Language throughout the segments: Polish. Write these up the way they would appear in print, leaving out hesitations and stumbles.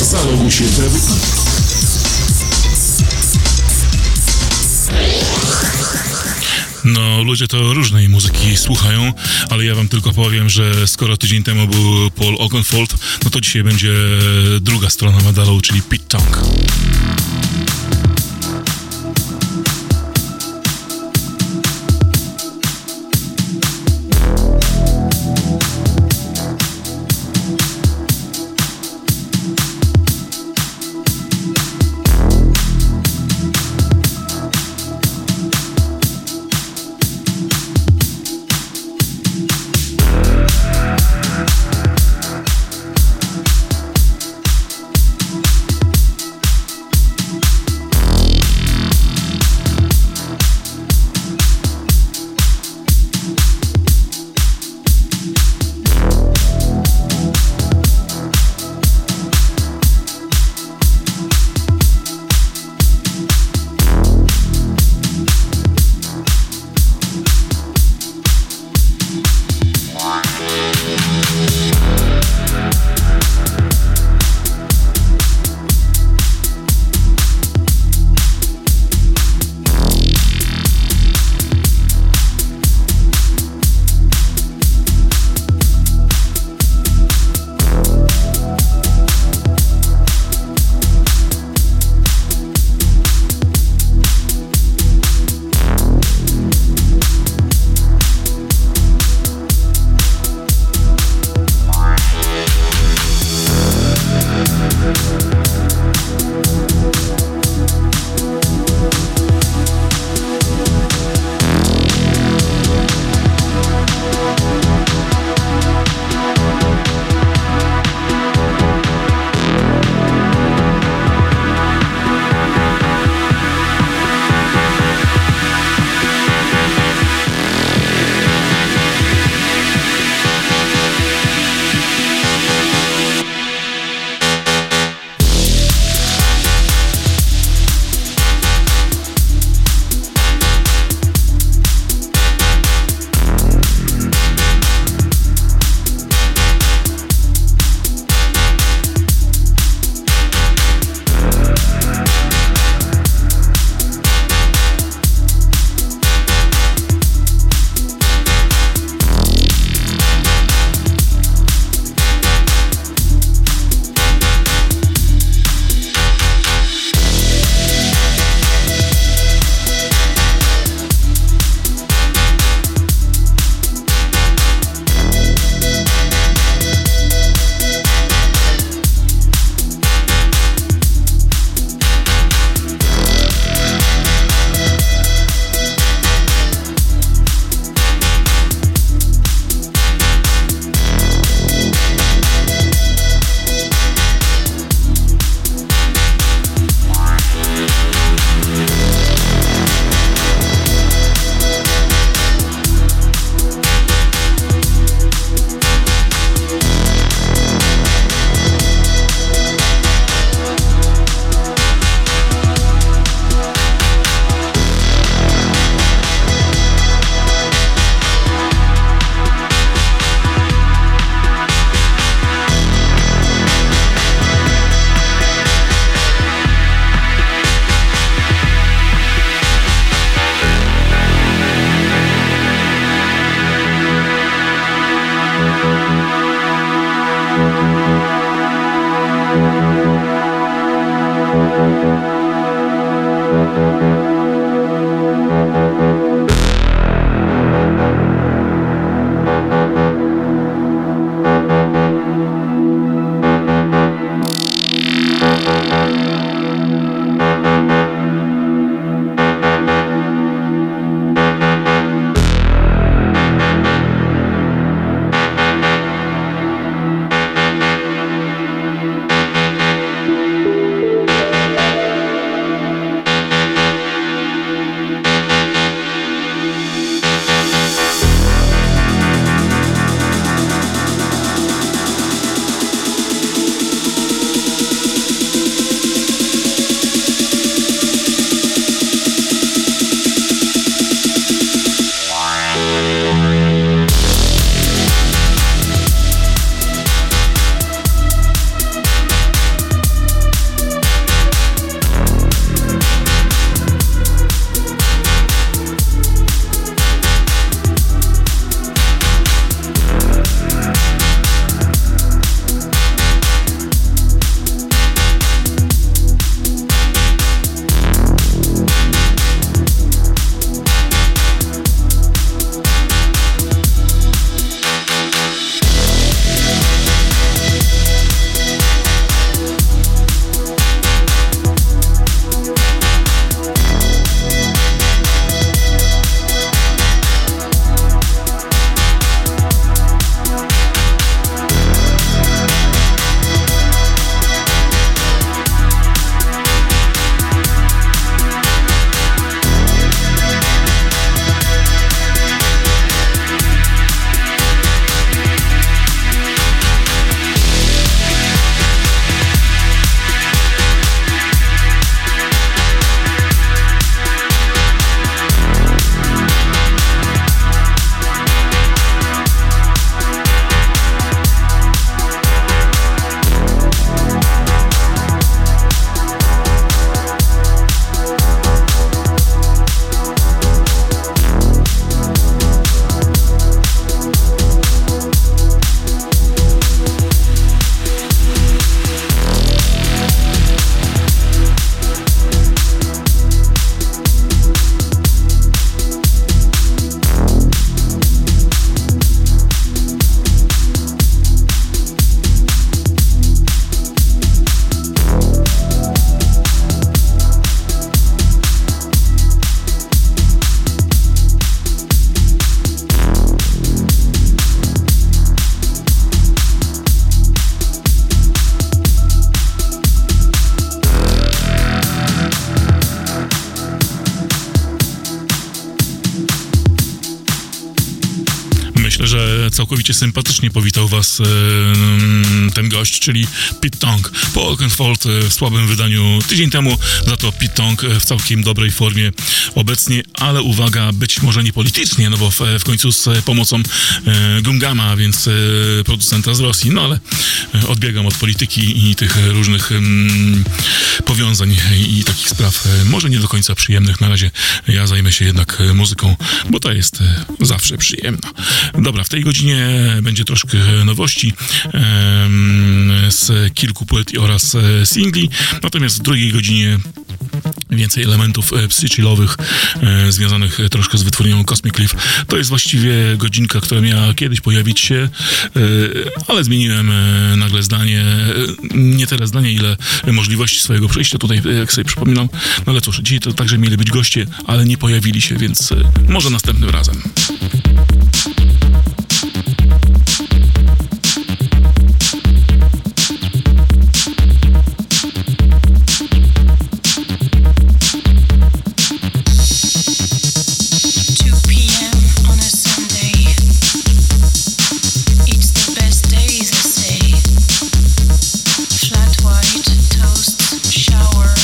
salonu świętego. No, ludzie to różnej muzyki słuchają, ale ja wam tylko powiem, że skoro tydzień temu był Paul Oakenfold, no to dzisiaj będzie druga strona medalu, czyli Pete Tong. całkowicie sympatycznie powitał was ten gość, czyli Pete Tong. Paul Oakenfold w słabym wydaniu tydzień temu, za to Pete Tong w całkiem dobrej formie obecnie, ale uwaga, być może nie politycznie, no bo w końcu z pomocą Gumgama, więc producenta z Rosji, no ale odbiegam od polityki i tych różnych powiązań i takich spraw, może nie do końca przyjemnych. Na razie ja zajmę się jednak muzyką, bo to jest zawsze przyjemna. Dobra, w tej godzinie będzie troszkę nowości z kilku płyt oraz singli, natomiast w drugiej godzinie więcej elementów psychillowych związanych troszkę z wytwórnią Cosmic Cliff. To jest właściwie godzinka, która miała kiedyś pojawić się, ale zmieniłem nagle zdanie, nie tyle zdanie, ile możliwości swojego przejścia tutaj, jak sobie przypominam. No ale cóż, dzisiaj to także mieli być goście, ale nie pojawili się, więc może następnym razem.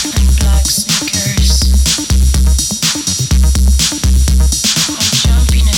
Jumping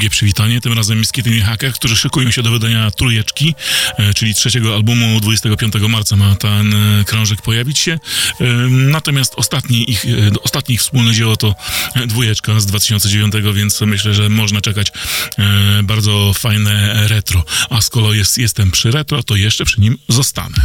drugie przywitanie, tym razem Miskity Hacker, którzy szykują się do wydania trójeczki, czyli trzeciego albumu. 25 marca ma ten krążek pojawić się. Natomiast ostatnie ich wspólne dzieło to dwójeczka z 2009, więc myślę, że można czekać bardzo fajne retro. A skoro jestem przy retro, to jeszcze przy nim zostanę.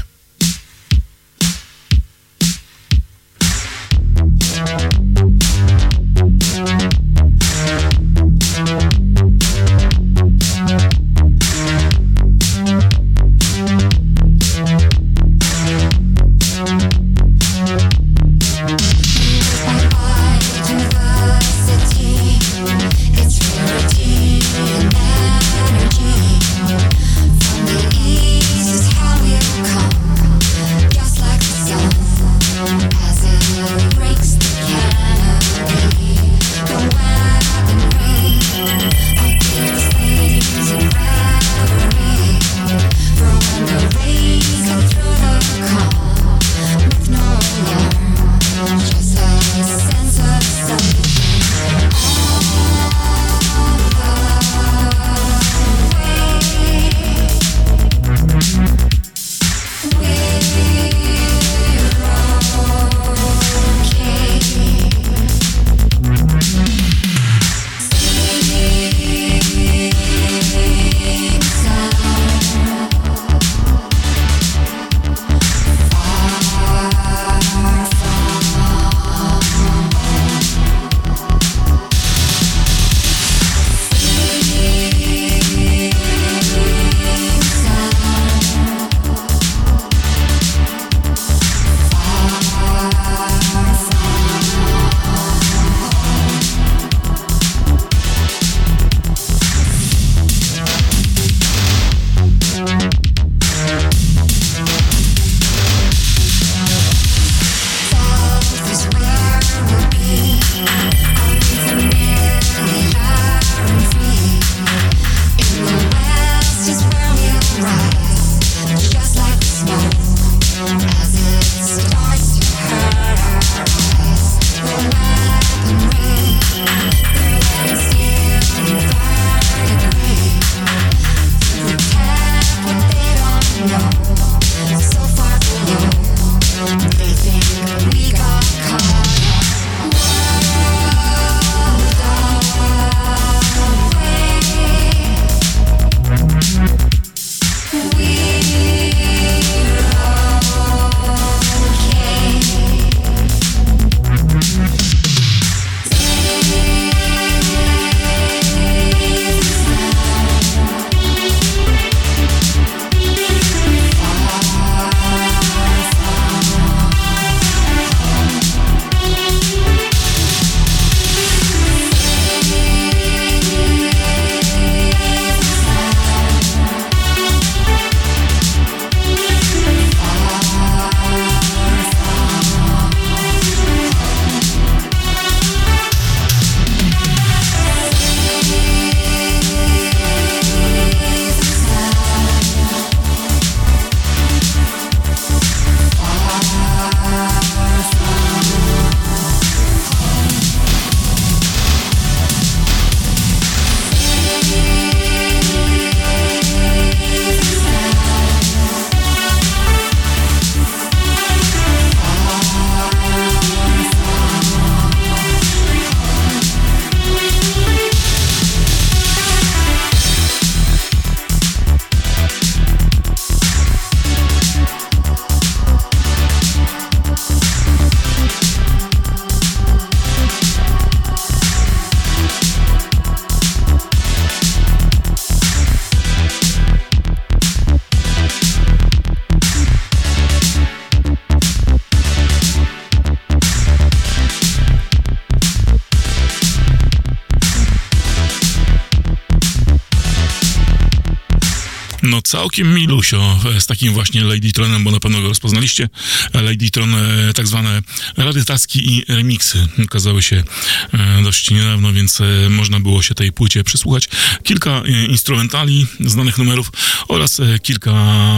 No całkiem milusio z takim właśnie Ladytronem, bo na pewno go rozpoznaliście. Ladytron, tak zwane rarytaski i remiksy ukazały się dość niedawno, więc można było się tej płycie przysłuchać. Kilka instrumentali, znanych numerów oraz kilka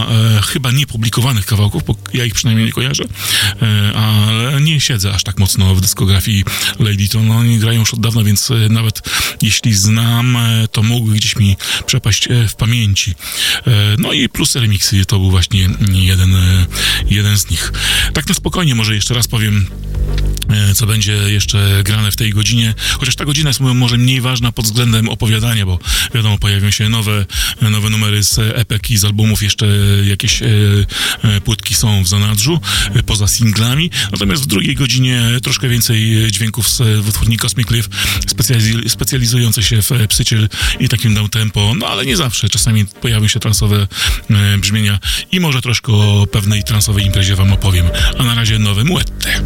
chyba niepublikowanych kawałków, bo ja ich przynajmniej nie kojarzę, ale nie siedzę aż tak mocno w dyskografii Ladytron. Oni grają już od dawna, więc nawet jeśli znam, to mógł gdzieś mi przepaść w pamięci. No i plus remiksy to był właśnie jeden z nich. Tak na spokojnie może jeszcze raz powiem, co będzie jeszcze grane w tej godzinie, chociaż ta godzina jest może mniej ważna pod względem opowiadania, bo wiadomo, pojawią się nowe numery z epek i z albumów, jeszcze jakieś płytki są w zanadrzu, poza singlami, natomiast w drugiej godzinie troszkę więcej dźwięków z wytwórni Cosmic Cliff, specjalizujące się w psychill i takim downtempo, no ale nie zawsze, czasami pojawią się transowe brzmienia i może troszkę o pewnej transowej imprezie wam opowiem, a na razie nowe Muette.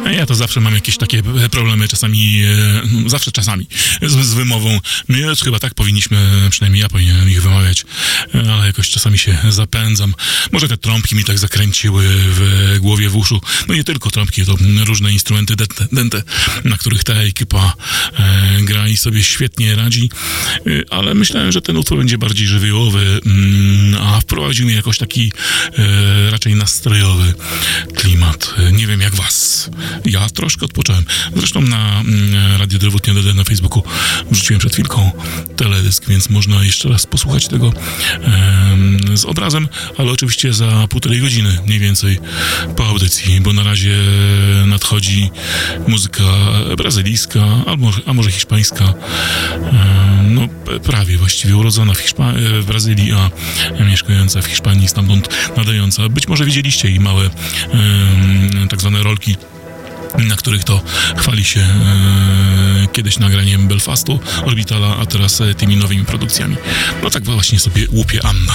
Ja to zawsze mam jakieś takie problemy czasami, czasami z wymową. My chyba tak powinniśmy, przynajmniej ja powinienem ich wymawiać, ale jakoś czasami się zapędzam. Może te trąbki mi tak zakręciły w głowie, w uszu. No nie tylko trąbki, to różne instrumenty dęte, na których ta ekipa gra i sobie świetnie radzi, ale myślałem, że ten utwór będzie bardziej żywiołowy, a wprowadził mnie jakoś taki raczej nastrojowy klimat. Nie wiem jak was. Ja troszkę odpocząłem. Zresztą na Radio Drewutnie DD na Facebooku wrzuciłem przed chwilką teledysk, więc można jeszcze raz posłuchać tego z obrazem, ale oczywiście za 1,5 godziny mniej więcej po audycji, bo na razie nadchodzi muzyka brazylijska, a może hiszpańska, no prawie właściwie urodzona w Brazylii, a mieszkająca w Hiszpanii, stamtąd nadająca. Być może widzieliście jej małe tak zwane rolki, na których to chwali się kiedyś nagraniem Belfastu, Orbitala, a teraz tymi nowymi produkcjami. No tak właśnie sobie łupie Anna.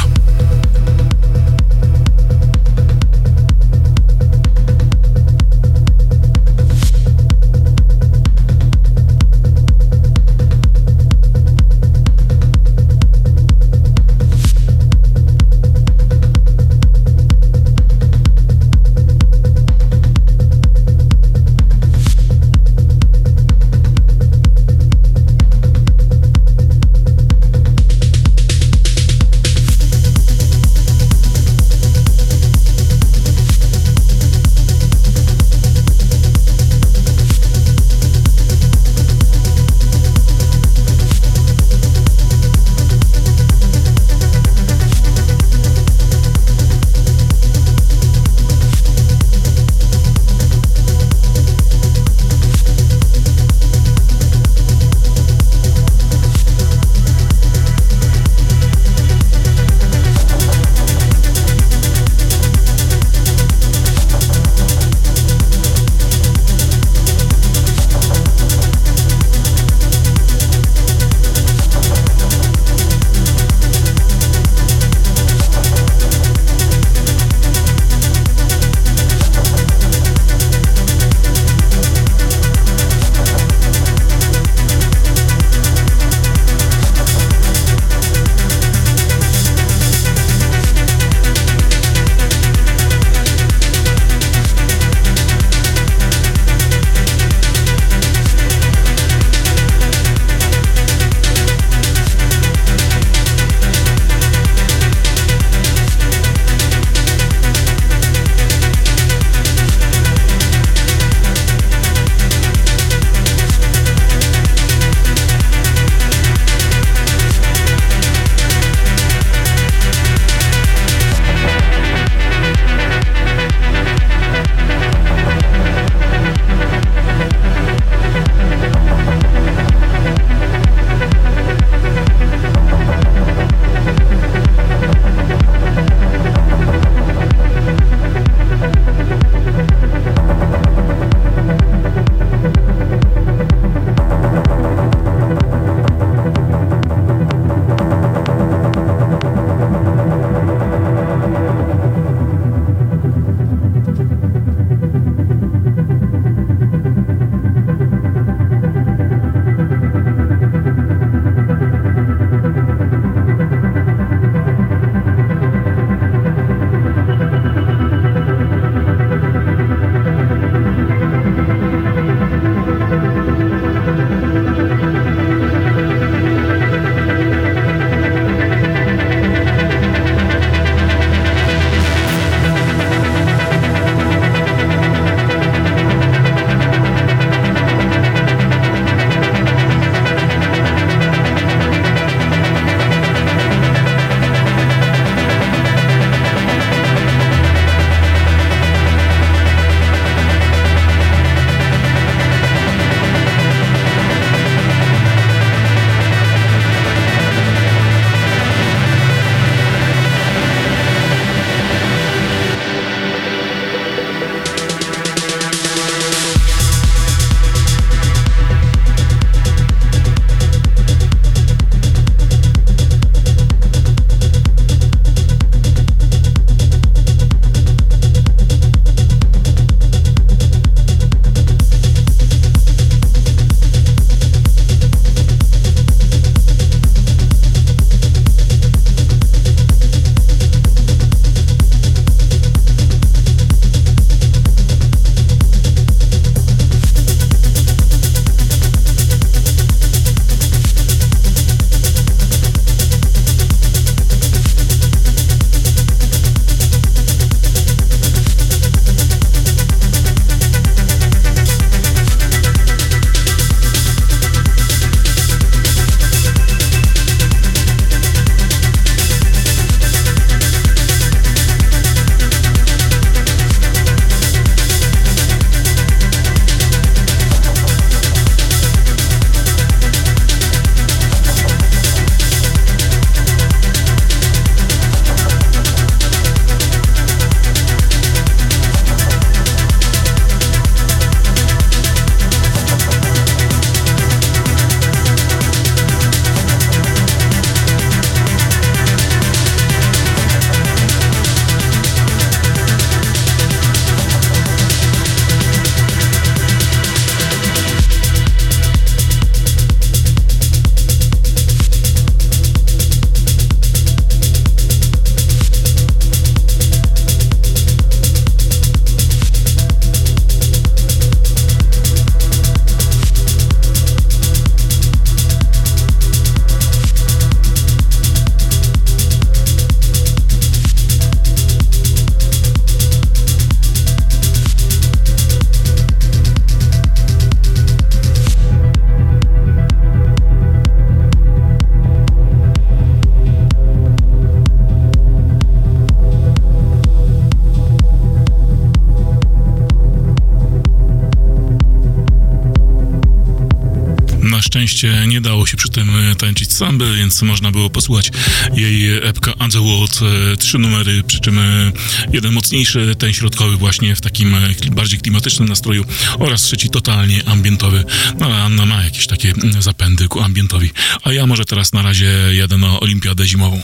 szczęście nie dało się przy tym tańczyć samby, więc można było posłuchać jej epka Underworld. 3 numery, przy czym jeden mocniejszy, ten środkowy właśnie w takim bardziej klimatycznym nastroju oraz trzeci totalnie ambientowy. No ale Anna ma jakieś takie zapędy ku ambientowi. A ja może teraz na razie jadę na olimpiadę zimową.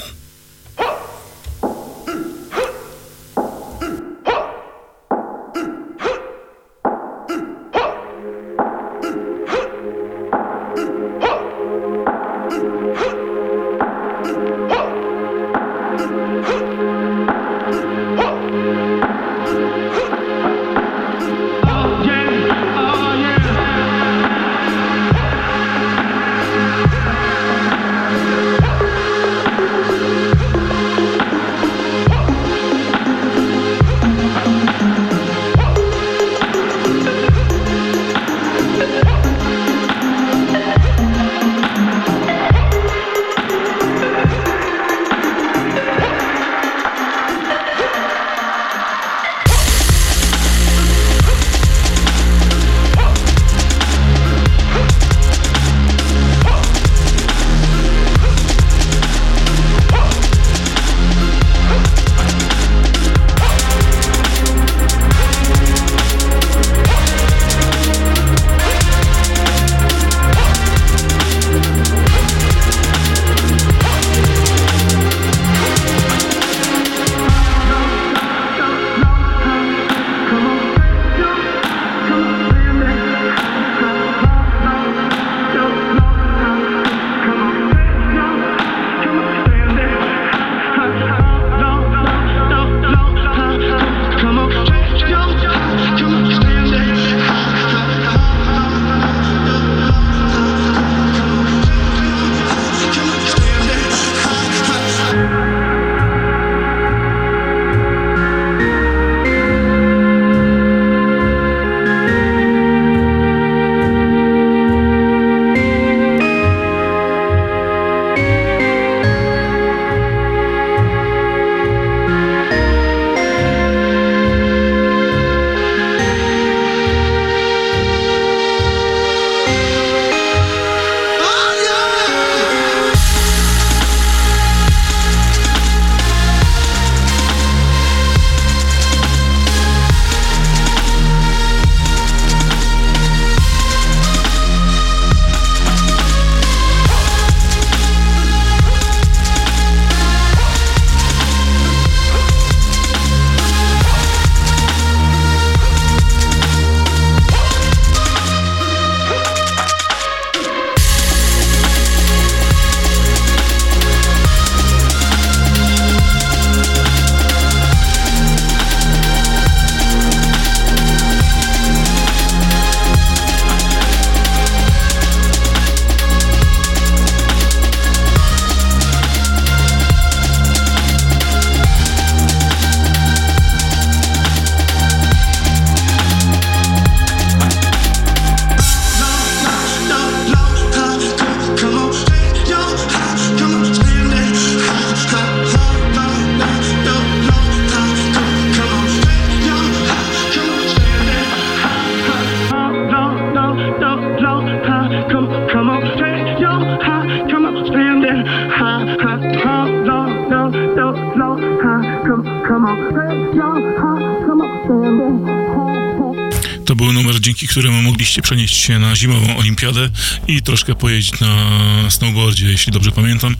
To był numer, dzięki któremu mogliście przenieść się na zimową olimpiadę i troszkę pojeździć na snowboardzie, jeśli dobrze pamiętam.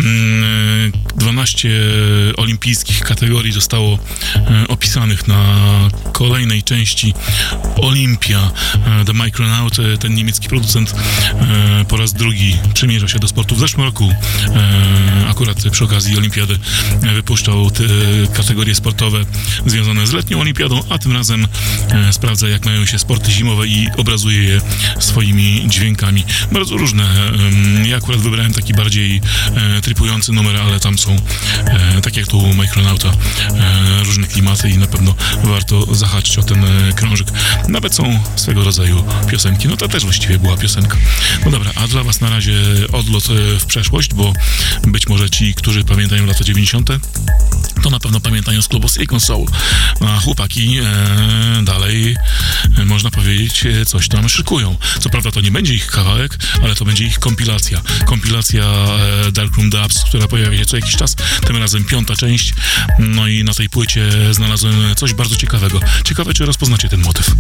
12 olimpijskich kategorii zostało opisanych na kolejnej części Olympia. The Micronaut, ten niemiecki producent, po raz drugi przymierza się do sportu. W zeszłym roku, akurat przy okazji olimpiady, wypuszczał te kategorie sportowe związane z letnią olimpiadą, a tym razem sprawdza, jak mają się sporty zimowe i obrazuje je swoimi dźwiękami. Bardzo różne. Ja akurat wybrałem taki bardziej tripujący numer, ale tam są, tak jak tu u Micronauta, różne klimaty i na pewno warto zahaczyć o ten krążyk. Nawet są swego rodzaju piosenki. No to też właściwie była piosenka. No dobra, a dla was na razie odlot w przeszłość, bo być może ci, którzy pamiętają lata 90., to na pewno pamiętają z klubu Silicon Soul. A chłopaki dalej, można powiedzieć, coś tam szykują. Co prawda to nie będzie ich kawałek, ale to będzie ich kompilacja. Kompilacja Darkroom Dubs, która pojawia się co jakiś czas, tym razem 5. część. No i na tej płycie znalazłem coś bardzo ciekawego. Ciekawe, czy rozpoznacie ten motyw.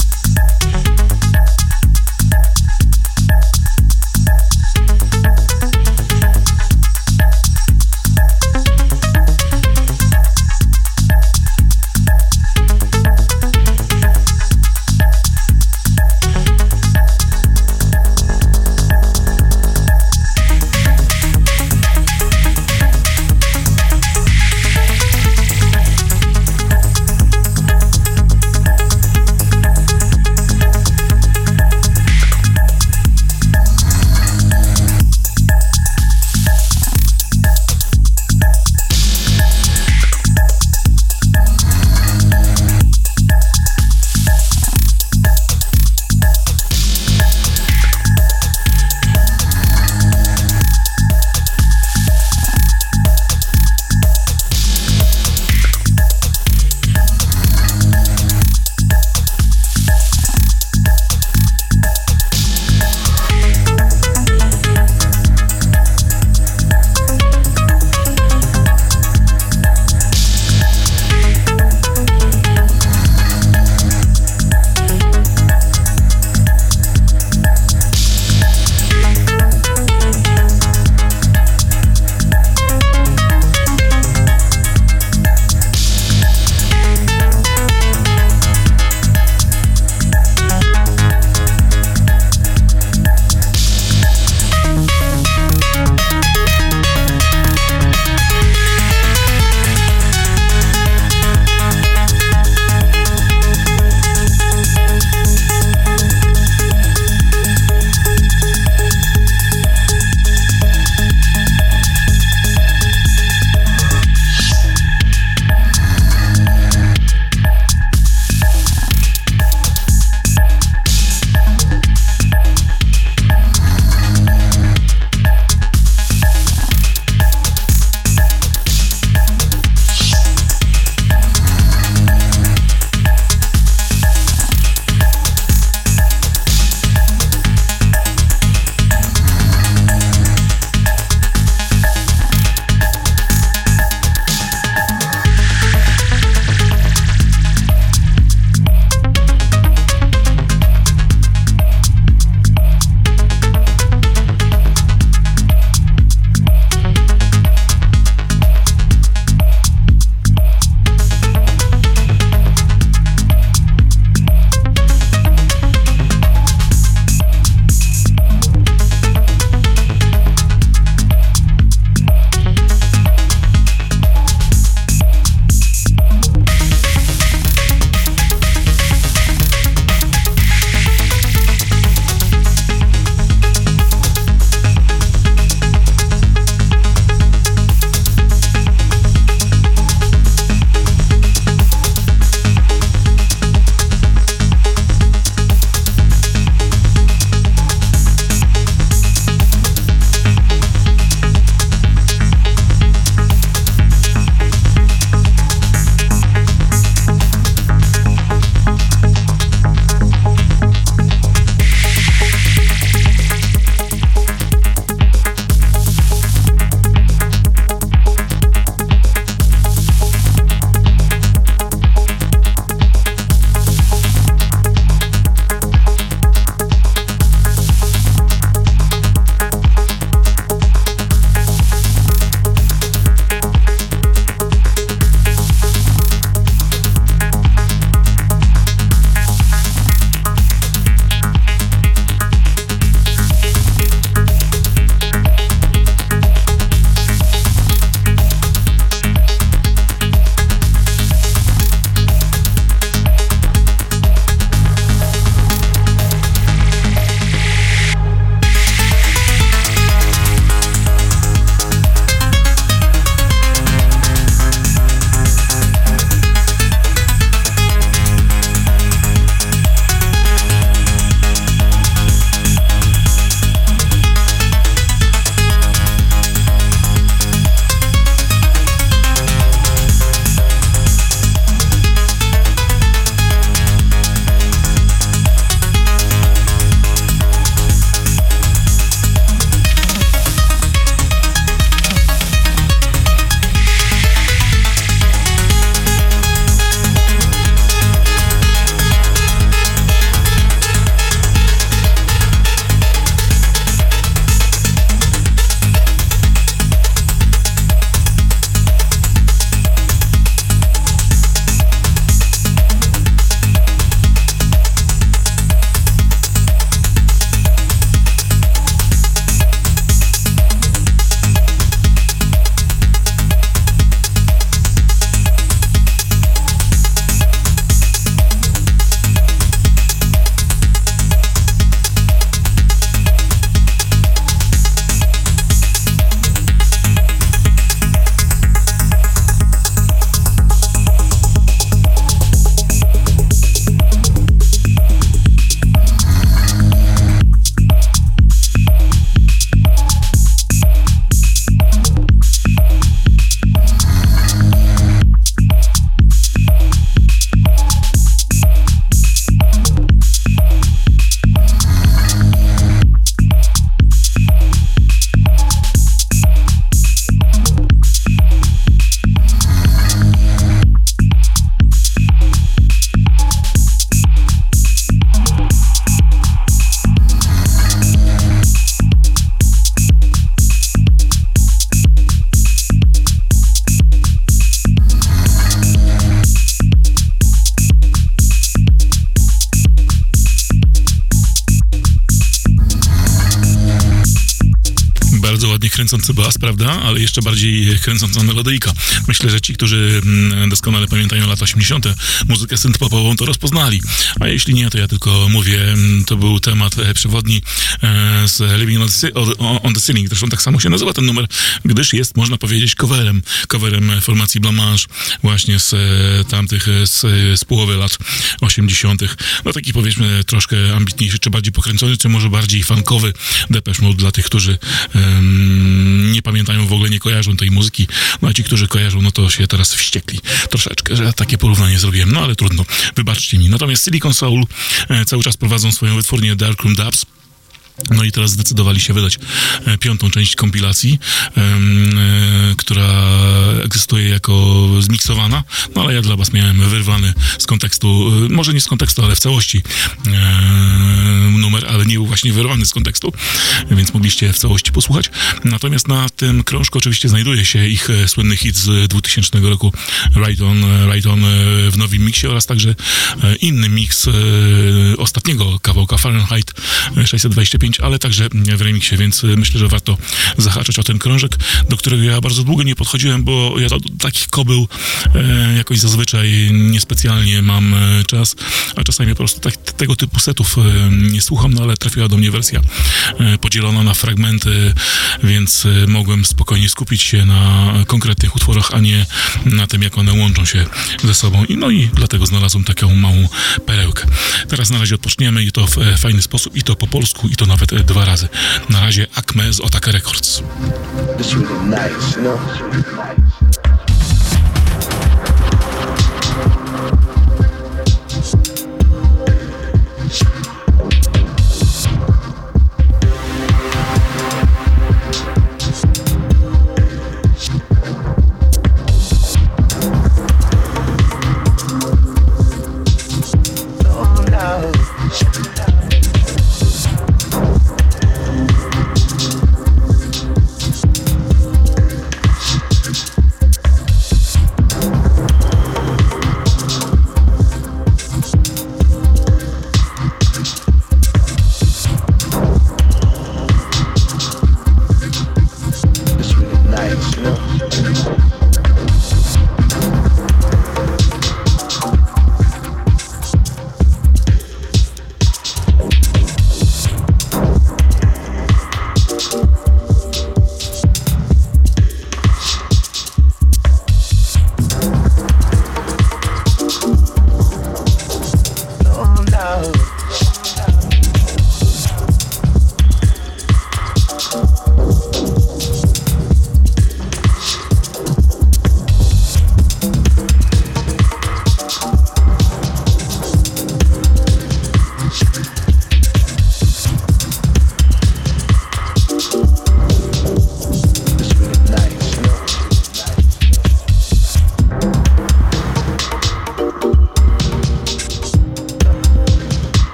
ładnie kręcący bas, prawda? Ale jeszcze bardziej kręcąca melodyjka. Myślę, że ci, którzy doskonale pamiętają lata 80., muzykę synth-popową, to rozpoznali. A jeśli nie, to ja tylko mówię, to był temat przewodni z Living on the Ceiling. Zresztą tak samo się nazywa ten numer, gdyż jest, można powiedzieć, coverem formacji Blanche właśnie z tamtych, z połowy lat 80. No taki, powiedzmy, troszkę ambitniejszy, czy bardziej pokręcony, czy może bardziej funkowy Depeche Mode dla tych, którzy nie pamiętają, w ogóle nie kojarzą tej muzyki. No a ci, którzy kojarzą, no to się teraz wściekli troszeczkę, że takie porównanie zrobiłem. No ale trudno, wybaczcie mi. Natomiast Silicon Soul cały czas prowadzą swoją wytwórnię Darkroom Dubs. No i teraz zdecydowali się wydać 5. część kompilacji, która egzystuje jako zmiksowana, no ale ja dla was miałem wyrwany z kontekstu, może nie z kontekstu, ale w całości numer, ale nie był właśnie wyrwany z kontekstu, więc mogliście w całości posłuchać. Natomiast na tym krążku oczywiście znajduje się ich słynny hit z 2000 roku Right On w nowym miksie oraz także inny miks ostatniego kawałka Fahrenheit 625, ale także w remiksie, więc myślę, że warto zahaczać o ten krążek, do którego ja bardzo długo nie podchodziłem, bo ja do takich kobył jakoś zazwyczaj niespecjalnie mam czas, a czasami po prostu tego typu setów nie słucham, no ale trafiła do mnie wersja podzielona na fragmenty, więc mogłem spokojnie skupić się na konkretnych utworach, a nie na tym, jak one łączą się ze sobą. No i dlatego znalazłem taką małą perełkę. Teraz na razie odpoczniemy i to w fajny sposób, i to po polsku, i to nawet 2 razy. Na razie Acme z Otaka Records. It's really nice, you know?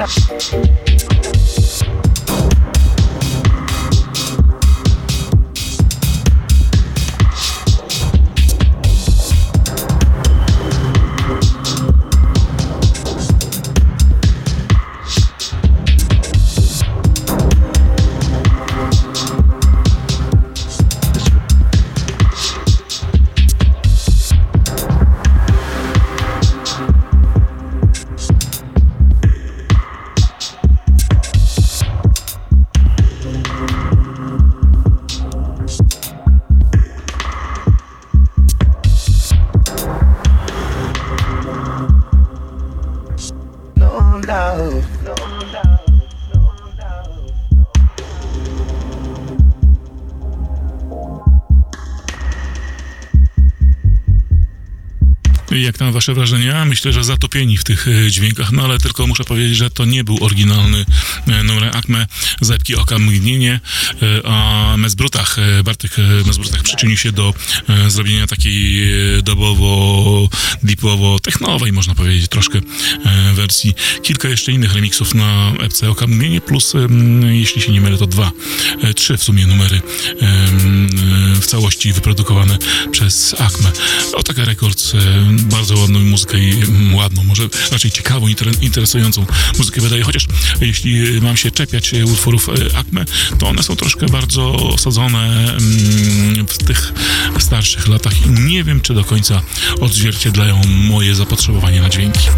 Jak tam wasze wrażenia? Myślę, że zatopieni w tych dźwiękach, no ale tylko muszę powiedzieć, że to nie był oryginalny numer Acme z epki Oka Mgnienie, a Mezbrutach, Bartek Mezbrutach przyczynił się do zrobienia takiej dobowo, deepowo, technowej, można powiedzieć, troszkę wersji. Kilka jeszcze innych remixów na epce Oka Mgnienie, plus, jeśli się nie mylę, to 3 w sumie numery w całości wyprodukowane przez Acme. Otaka Records bardzo ładną muzykę i ładną, może raczej ciekawą, interesującą muzykę wydaje, chociaż jeśli mam się czepiać utworów Acme, to one są troszkę bardzo osadzone w tych starszych latach i nie wiem, czy do końca odzwierciedlają moje zapotrzebowanie na dźwięki.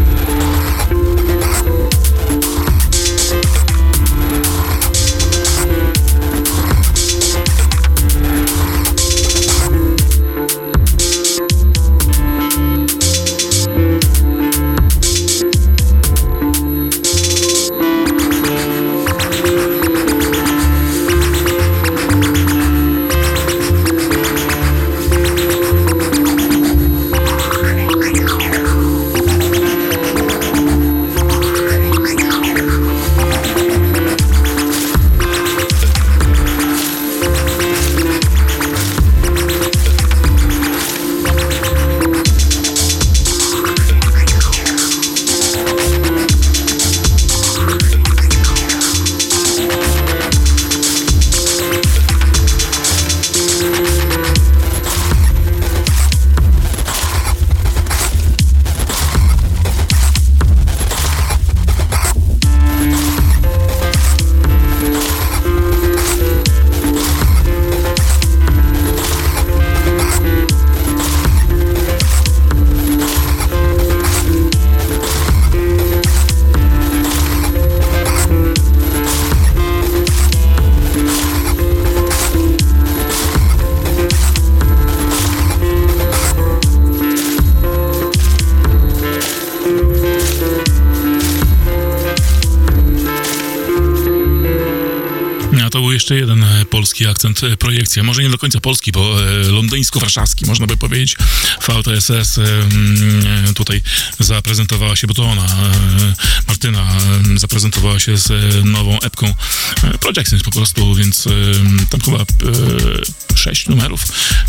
Jeszcze jeden polski akcent, projekcja, może nie do końca polski, bo londyńsko-warszawski, można by powiedzieć. VTSS tutaj zaprezentowała się, bo to ona, Martyna, zaprezentowała się z nową epką Projections po prostu, więc tam chyba 6 numerów.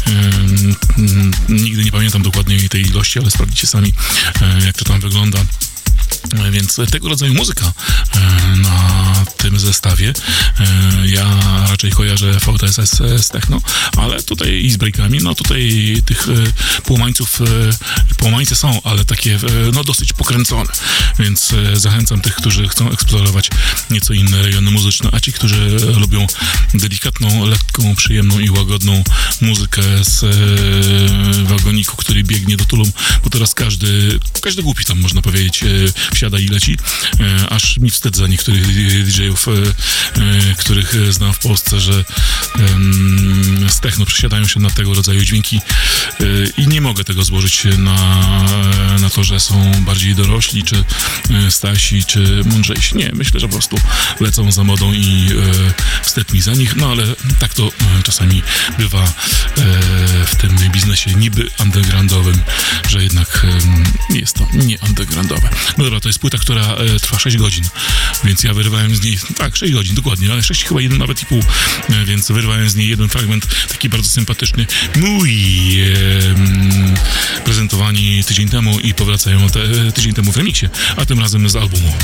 Nigdy nie pamiętam dokładnie tej ilości, ale sprawdzicie sami, jak to tam wygląda. Więc tego rodzaju muzyka na tym zestawie. Ja raczej kojarzę VTSS z techno, ale tutaj i z breakami, no tutaj tych połamańce są, ale takie no dosyć pokręcone, więc zachęcam tych, którzy chcą eksplorować nieco inne rejony muzyczne, a ci, którzy lubią delikatną, lekką, przyjemną i łagodną muzykę z wagoniku, który biegnie do Tulum, bo teraz każdy głupi tam, można powiedzieć, wsiada i leci, aż mi wstyd za niektórych DJ-ów, których znam w Polsce, że z techno przesiadają się na tego rodzaju dźwięki i nie mogę tego złożyć na to, że są bardziej dorośli, czy starsi, czy mądrzejsi. Nie, myślę, że po prostu lecą za modą i wstyd mi za nich, no ale tak to czasami bywa w tym biznesie niby undergroundowym, że jednak jest to nie undergroundowe. No dobra, to jest płyta, która trwa 6 godzin. więc ja wyrwałem z niej, tak, 6 godzin, dokładnie, ale 6 chyba jeden nawet i pół, więc wyrwałem z niej jeden fragment, taki bardzo sympatyczny, prezentowani tydzień temu i powracają tydzień temu w remiksie, a tym razem z albumu.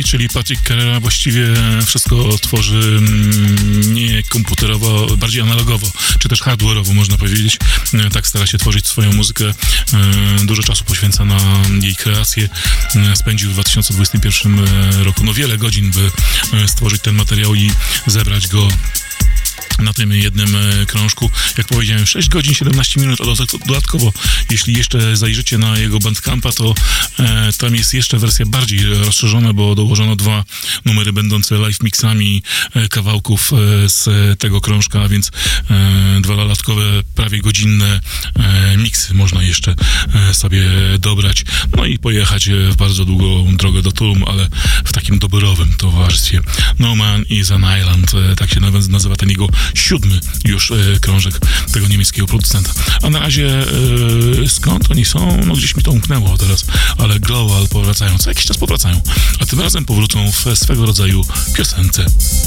czyli Patrick Carrera właściwie wszystko tworzy nie komputerowo, bardziej analogowo, czy też hardware'owo można powiedzieć. Tak stara się tworzyć swoją muzykę. Dużo czasu poświęca na jej kreację. Spędził w 2021 roku wiele godzin, by stworzyć ten materiał i zebrać go na tym jednym krążku. Jak powiedziałem, 6 godzin, 17 minut, a dodatkowo, jeśli jeszcze zajrzycie na jego Bandcampa, to tam jest jeszcze wersja bardziej rozszerzona, bo dołożono 2 numery będące live mixami kawałków z tego krążka, a więc 2 dodatkowe, prawie godzinne miksy można jeszcze sobie dobrać. No i pojechać w bardzo długą drogę do Tulum, ale w takim doborowym towarzystwie. No Man is an Island, tak się nazywa ten jego 7 już krążek tego niemieckiego producenta. A na razie skąd oni są? No gdzieś mi to umknęło teraz, ale Global powracają, co jakiś czas powracają, a tym razem powrócą w swego rodzaju piosence.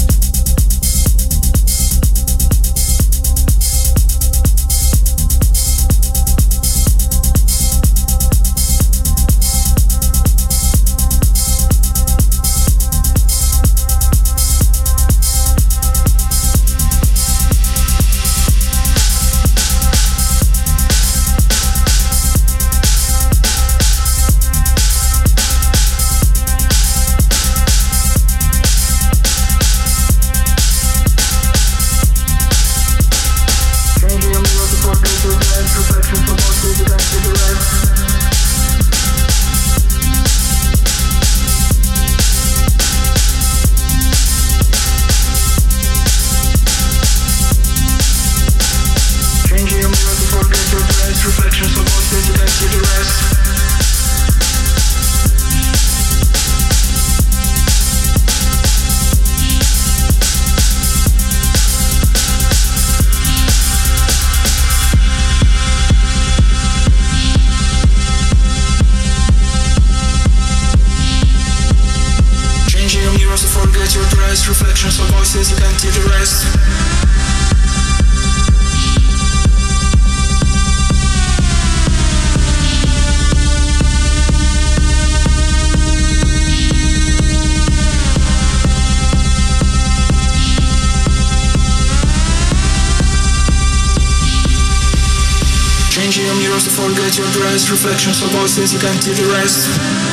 Reflections of voices, you can't do the rest.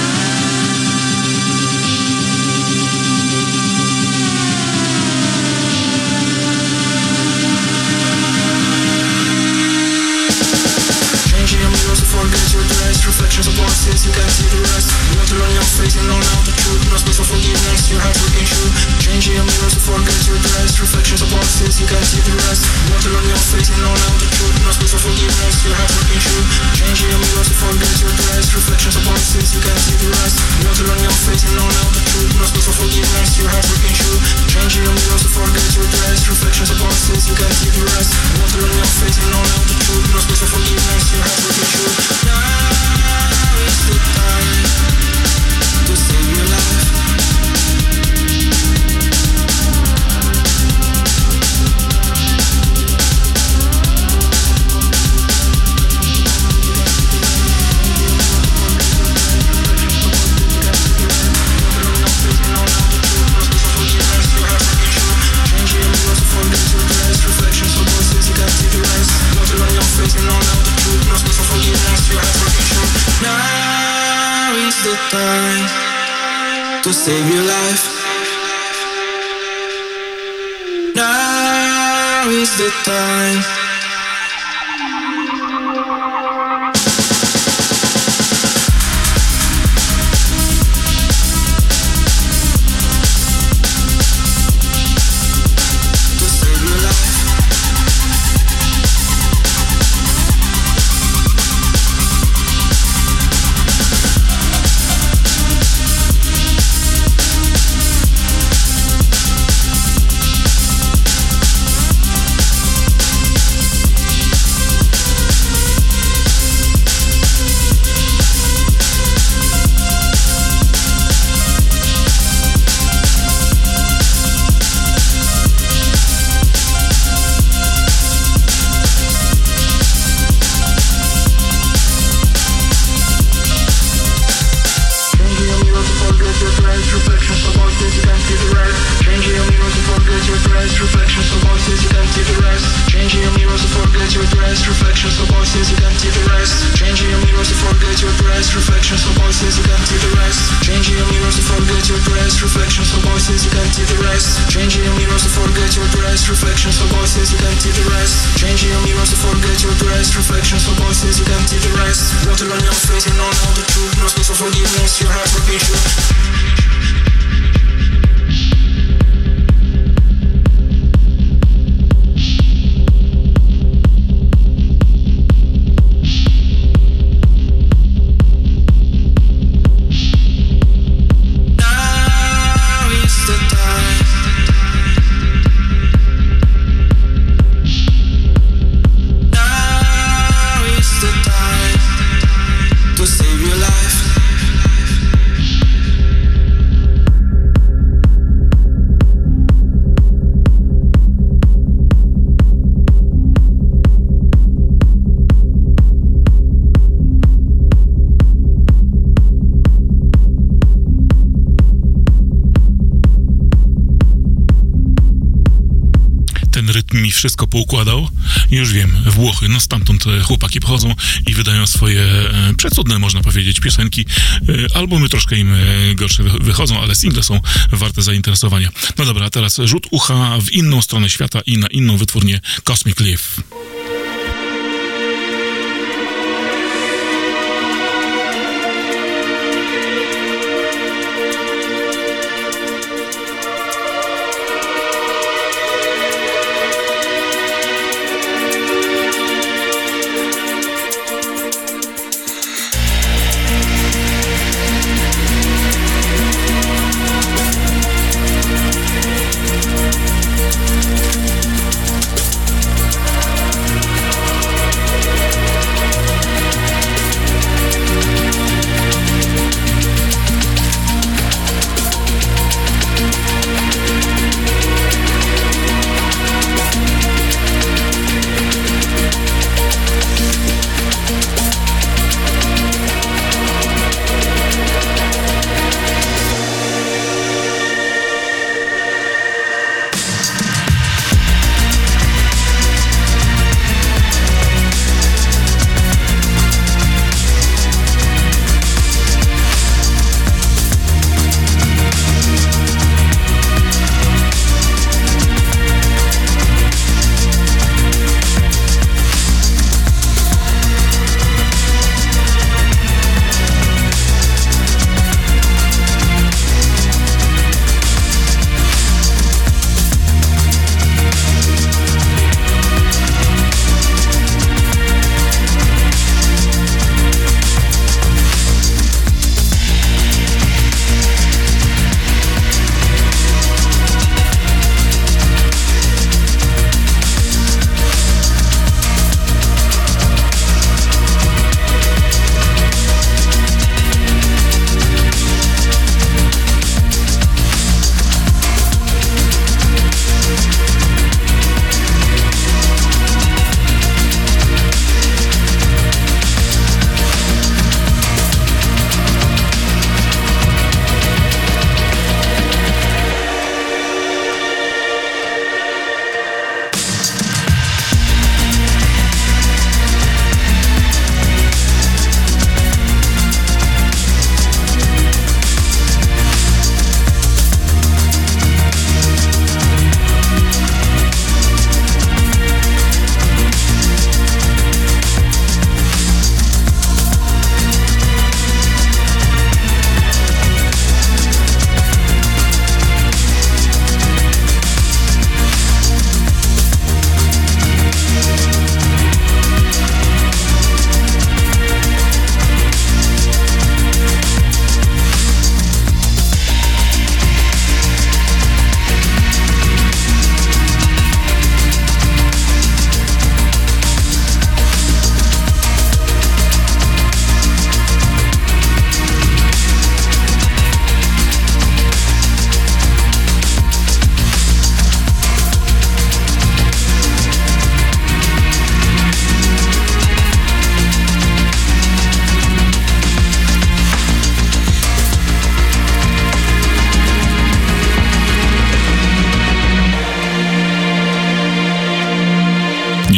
Changing your mirrors to forget your dress. Reflections of voices, you can't see the rest. Water on your face and all out the truth. No space for forgiveness, your heart working true. Changing your mirrors to forget your dress. Reflections of voices, you can't see the rest. Water on your face and all out the truth. No space for forgiveness, your heart working true. Changing your mirrors to forget your dress. Reflections of voices, you can't see the rest. Water on your face and all out the truth. No space for forgiveness, your heart working true. Changing your mirrors to forget your dress. Reflections of voices, you can't see the rest. Water on your face and all out the truth. No space for forgiveness, your heart working true. Now is the time to save your life. The time to save your life. Now is the time. dress, reflections of voices, you can't see the rest. Changing your mirrors to forget your dress, reflections of voices, you can't see the rest. Changing your mirrors to forget your dress, reflections of voices, you can't see the rest. Changing your mirrors to forget your dress, reflections of voices, you can't see the rest. Changing your mirrors to forget your dress, reflections of voices, you can't see the rest. Water on your face, you know now the truth, no space for forgiveness, your heart broken truth. Mi wszystko poukładał. Już wiem, Włochy, no stamtąd chłopaki pochodzą i wydają swoje przecudne, można powiedzieć, piosenki. Albumy troszkę im gorsze wychodzą, ale single są warte zainteresowania. No dobra, a teraz rzut ucha w inną stronę świata i na inną wytwórnię Cosmic Leaf.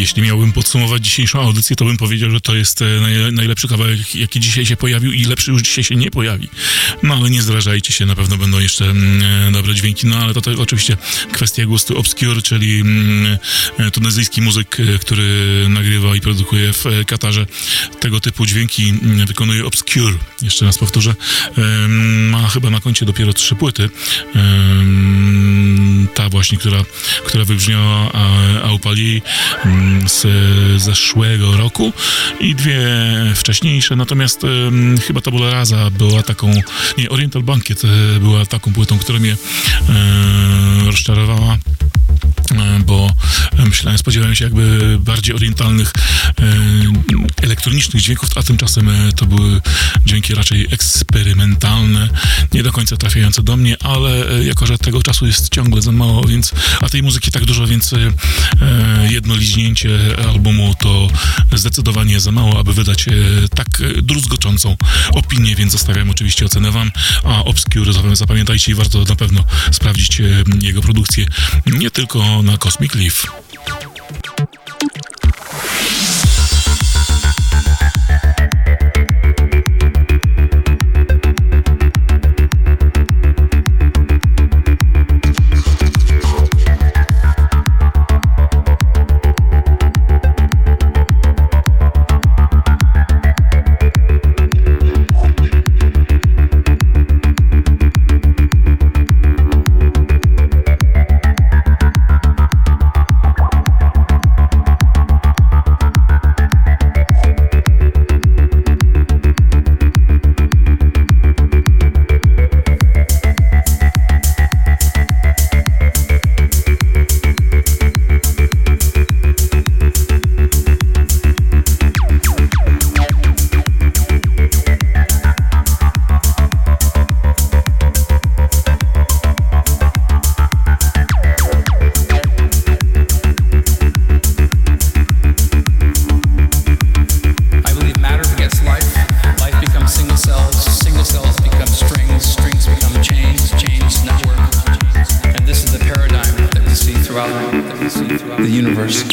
jeśli miałbym podsumować dzisiejszą audycję, to bym powiedział, że to jest najlepszy kawałek, jaki dzisiaj się pojawił i lepszy już dzisiaj się nie pojawi. No ale nie zrażajcie się, na pewno będą jeszcze dobre dźwięki, no ale to oczywiście kwestia gustu. Obscure, czyli tunezyjski muzyk, który nagrywa i produkuje w Katarze tego typu dźwięki, wykonuje Obscure. Jeszcze raz powtórzę, ma chyba na koncie dopiero 3 płyty. Ta właśnie, która wybrzmiała Aupali z zeszłego roku i 2 wcześniejsze, natomiast chyba Tabula Rasa była taką, nie, Oriental Banquet była taką płytą, która mnie rozczarowała, bo spodziewałem się jakby bardziej orientalnych, elektronicznych dźwięków, a tymczasem to były dźwięki raczej eksperymentalne, nie do końca trafiające do mnie, ale jako że tego czasu jest ciągle za mało, a tej muzyki tak dużo, więc jedno liźnięcie albumu to zdecydowanie za mało, aby wydać tak druzgoczącą opinię, więc zostawiam oczywiście ocenę wam, a Obscure zapamiętajcie i warto na pewno sprawdzić jego produkcję, nie tylko na Cosmic Leaf. The universe.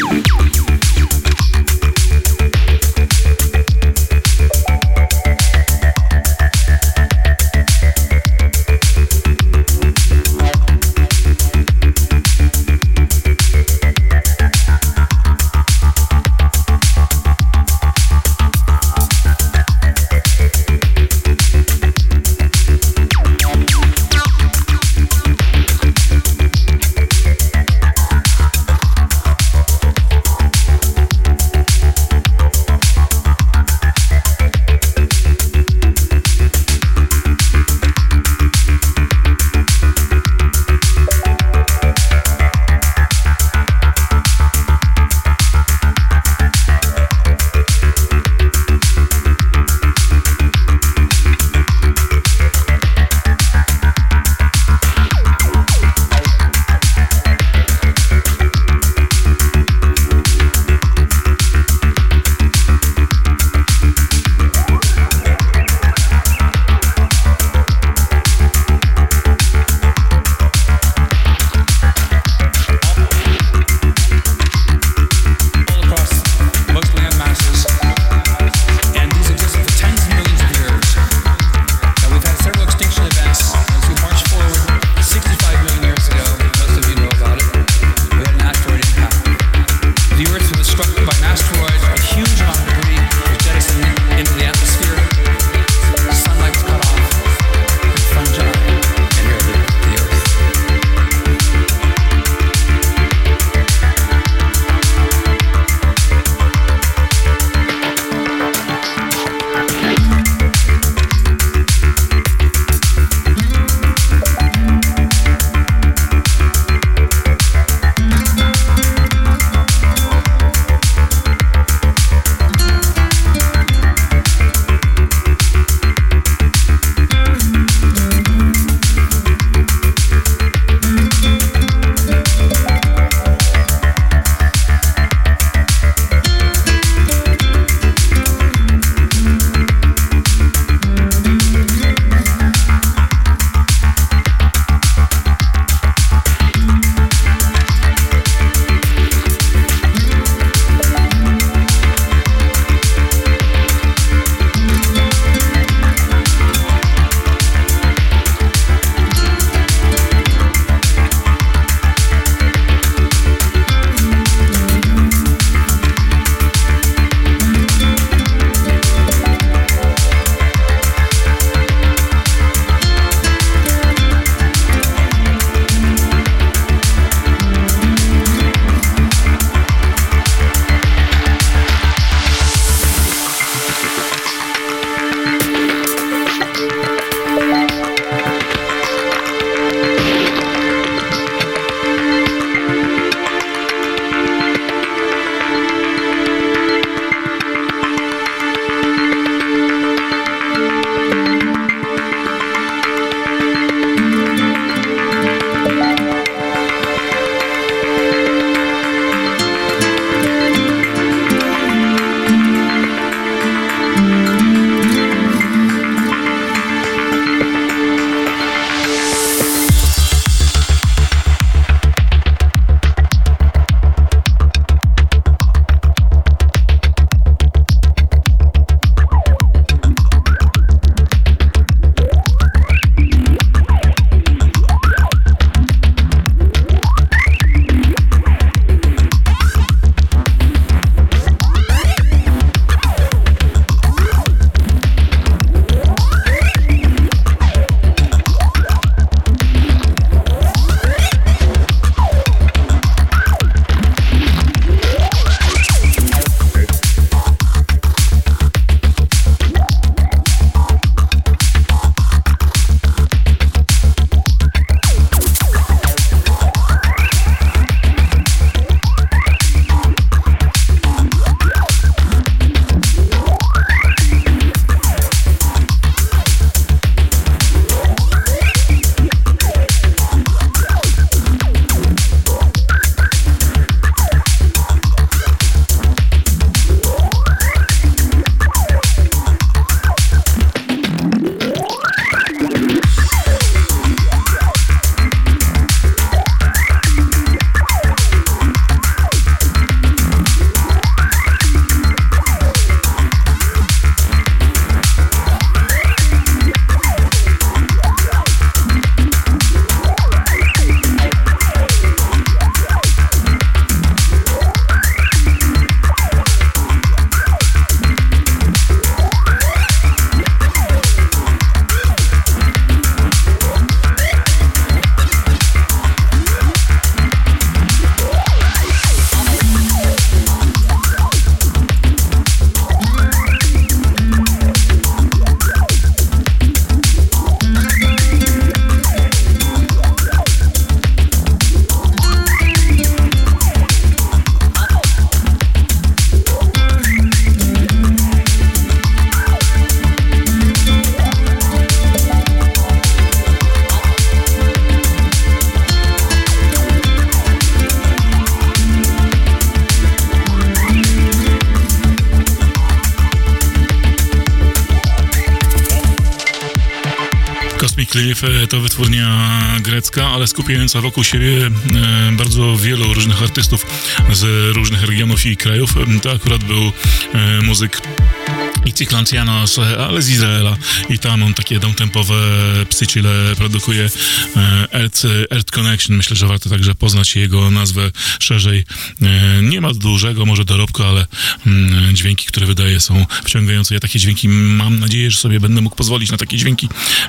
Cliff to wytwórnia grecka, ale skupiająca wokół siebie bardzo wielu różnych artystów z różnych regionów i krajów. To akurat był muzyk Icyklantianos, ale z Izraela i tam on takie downtempowe psychile produkuje. Earth Connection, myślę, że warto także poznać jego nazwę szerzej. Nie ma dużego może dorobku, ale dźwięki, które wydaje, są wciągające. Ja takie dźwięki mam nadzieję, że sobie będę mógł pozwolić na takie dźwięki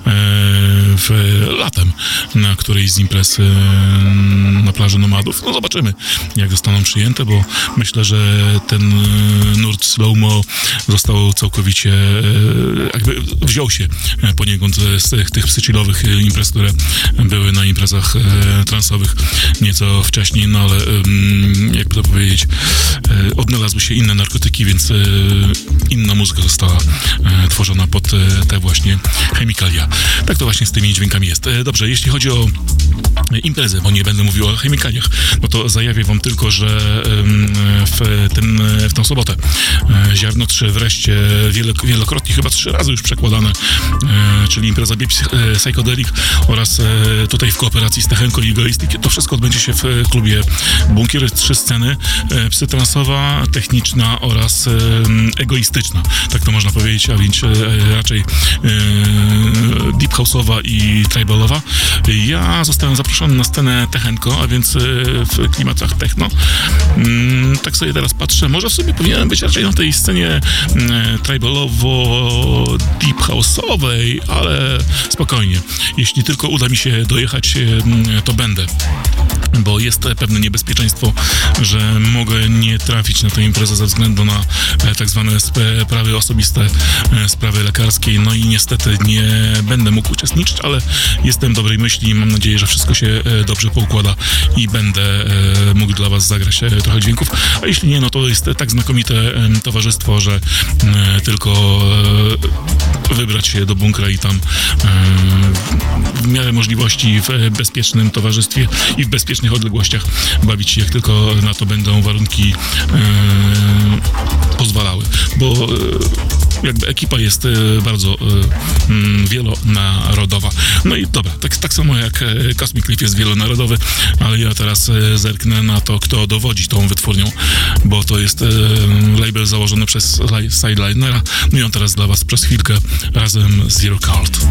latem na którejś z imprez na plaży Nomadów. No zobaczymy, jak zostaną przyjęte, bo myślę, że ten nurt slow-mo został całkowicie jakby wziął się poniekąd z tych psychilowych imprez, które były na imprezach transowych nieco wcześniej, no ale jakby to powiedzieć, odnalazły się inne narkotyki, więc inna muzyka została tworzona pod te właśnie chemikalia. Tak to właśnie z tymi dźwiękami jest. Dobrze, jeśli chodzi o imprezę, bo nie będę mówił o chemikaliach, no to zajawię wam tylko, że w tą sobotę Ziarno 3 wreszcie wielokrotnie, chyba 3 razy już przekładane, czyli impreza Psychedelic oraz tutaj w kooperacji z Techenko i Egoistic. To wszystko odbędzie się w klubie Bunkier. 3 sceny, psytransowa, techniczna oraz egoistyczna. Tak to można powiedzieć, a więc raczej deep house'owa i tribalowa. Ja zostałem zaproszony na scenę Techenko, a więc w klimatach techno. Tak sobie teraz patrzę, może w sumie powinienem być raczej na tej scenie tribalowo-deep house'owej, ale spokojnie. Jeśli tylko uda mi się dojechać, to będę. Bo jest pewne niebezpieczeństwo, że mogę nie trafić na tę imprezę ze względu na tak zwane sprawy osobiste, sprawy lekarskie, no i niestety nie będę mógł uczestniczyć, ale jestem dobrej myśli i mam nadzieję, że wszystko się dobrze poukłada i będę mógł dla was zagrać trochę dźwięków, a jeśli nie, no to jest tak znakomite towarzystwo, że tylko wybrać się do bunkra i tam w miarę możliwości w bezpiecznym towarzystwie i w bezpiecznych odległościach bawić się, jak tylko na to będą warunki pozwalały, bo jakby ekipa jest bardzo wielonarodowa. No i dobra, tak samo jak Cosmic Cliff jest wielonarodowy, ale ja teraz zerknę na to, kto dowodzi tą wytwórnią, bo to jest label założony przez Sidelinera. No i on teraz dla was przez chwilkę razem z Zero Cult.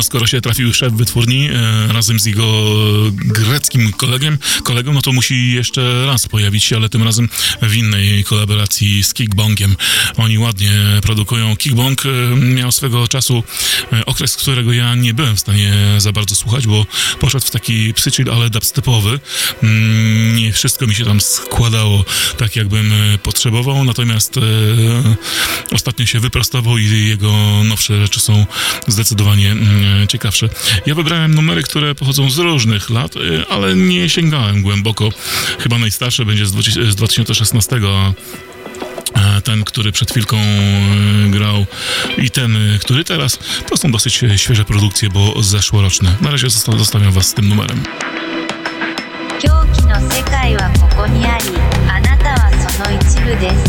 skoro się trafił szef wytwórni razem z jego greckim kolegą, no to musi jeszcze raz pojawić się, ale tym razem w innej kolaboracji z Kickbongiem. Oni ładnie produkują. Kickbong miał swego czasu okres, którego ja nie byłem w stanie za bardzo słuchać, bo poszedł w taki psychill, ale dubstepowy. Nie wszystko mi się tam składało tak, jakbym potrzebował, natomiast ostatnio się wyprostował i jego nowsze rzeczy są zdecydowanie ciekawsze. Ja wybrałem numery, które pochodzą z różnych lat, ale nie sięgałem głęboko. Chyba najstarszy będzie z 2016, a ten, który przed chwilką grał i ten, który teraz, to są dosyć świeże produkcje, bo zeszłoroczne. Na razie zostawiam was z tym numerem. 狂気の世界はここにあり、あなたはその一部です。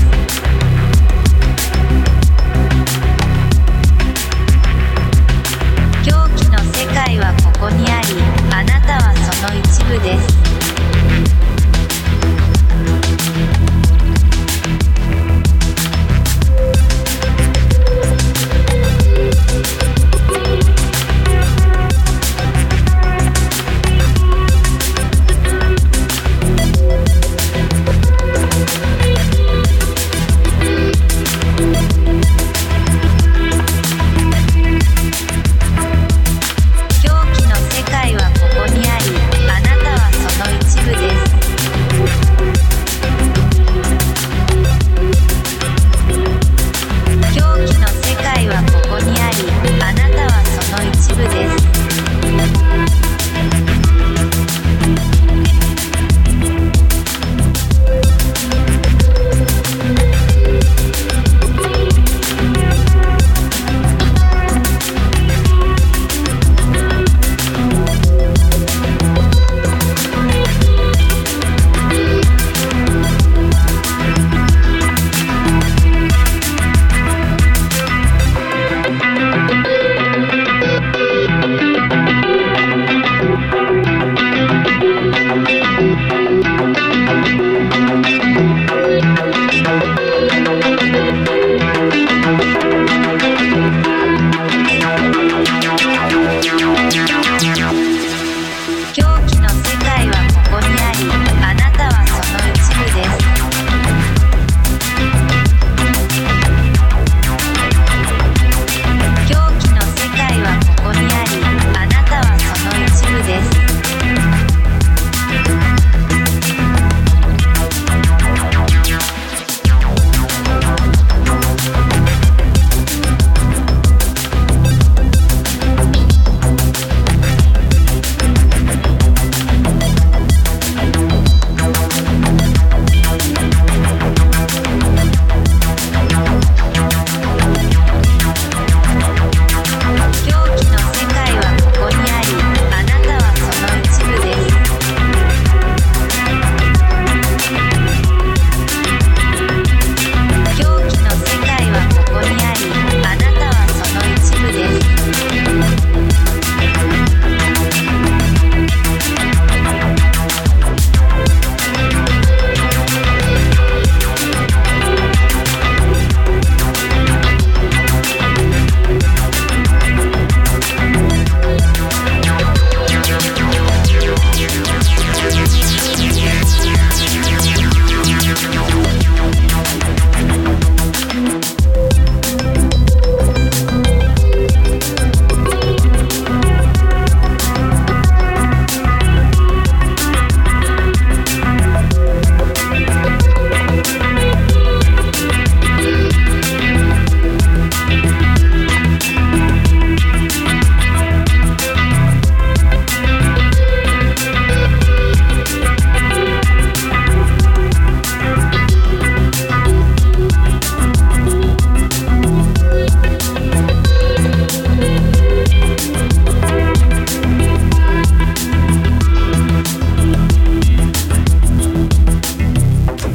狂気の世界はここにあり、あなたはその一部です。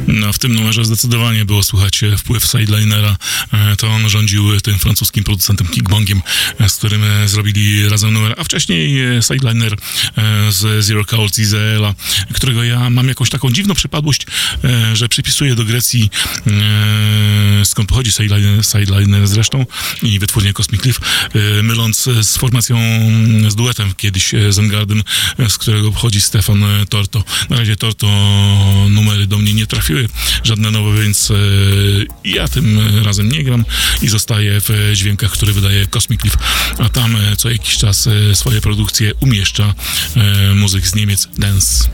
No, w tym numerze zdecydowanie było słychać wpływ Sidelinera. To on rządził tym francuskim producentem Kickbongiem, z którym zrobili razem numer, a wcześniej Sideliner z Zero Cult Izraela, którego ja mam jakąś taką dziwną przypadłość, że przypisuję do Grecji, skąd pochodzi Sideliner zresztą i wytwórnię Cosmic Cliff, myląc z formacją, z duetem kiedyś Zengarden, z którego pochodzi Stefan Torto. Na razie Torto numery do mnie nie trafiły, żadne nowe, więc ja tym razem nie gram i zostaję w dźwiękach, które wydaje Cosmic Cliff, a tam co jakiś czas swoje produkcje umieszcza muzyk z Niemiec, dance.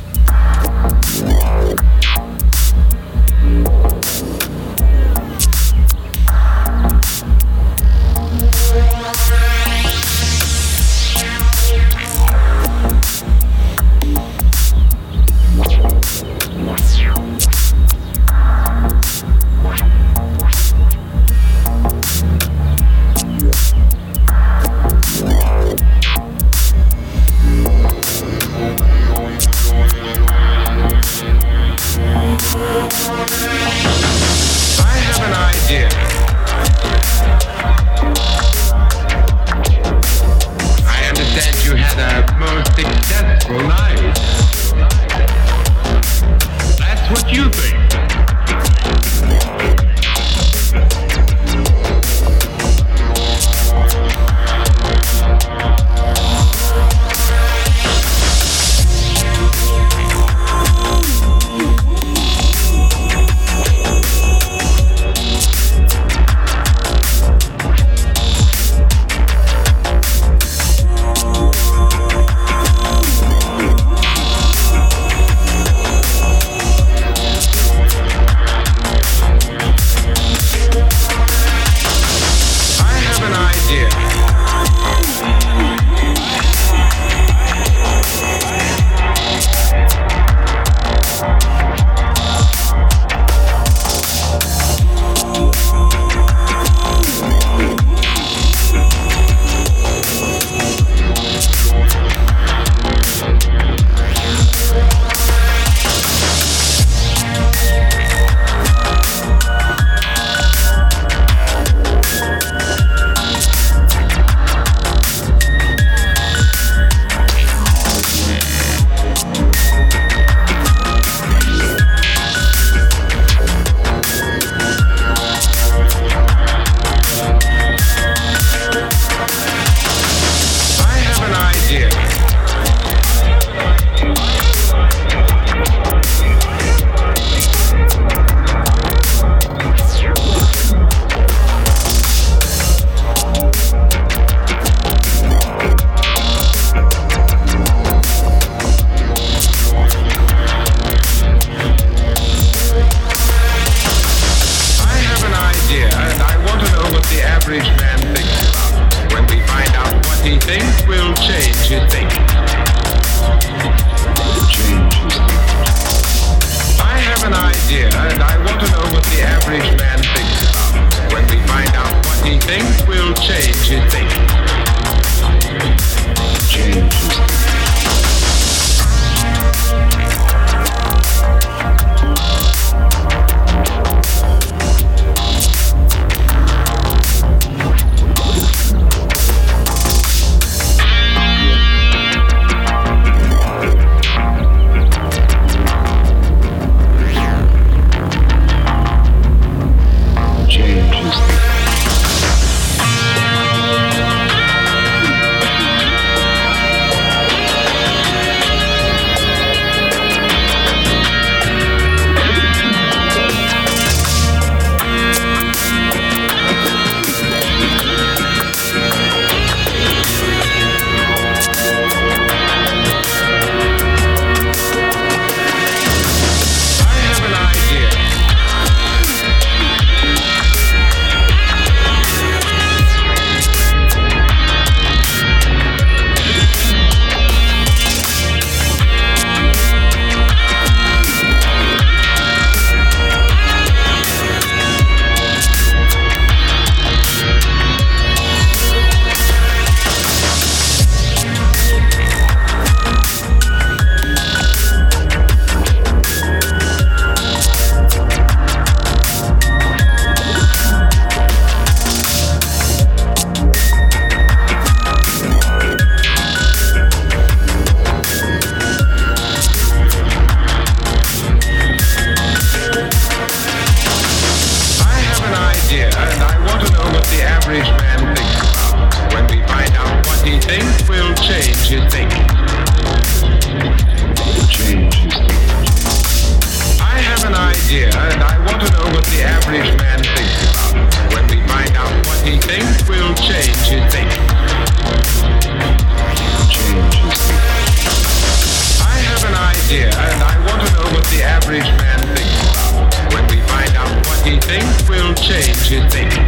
change his thinking.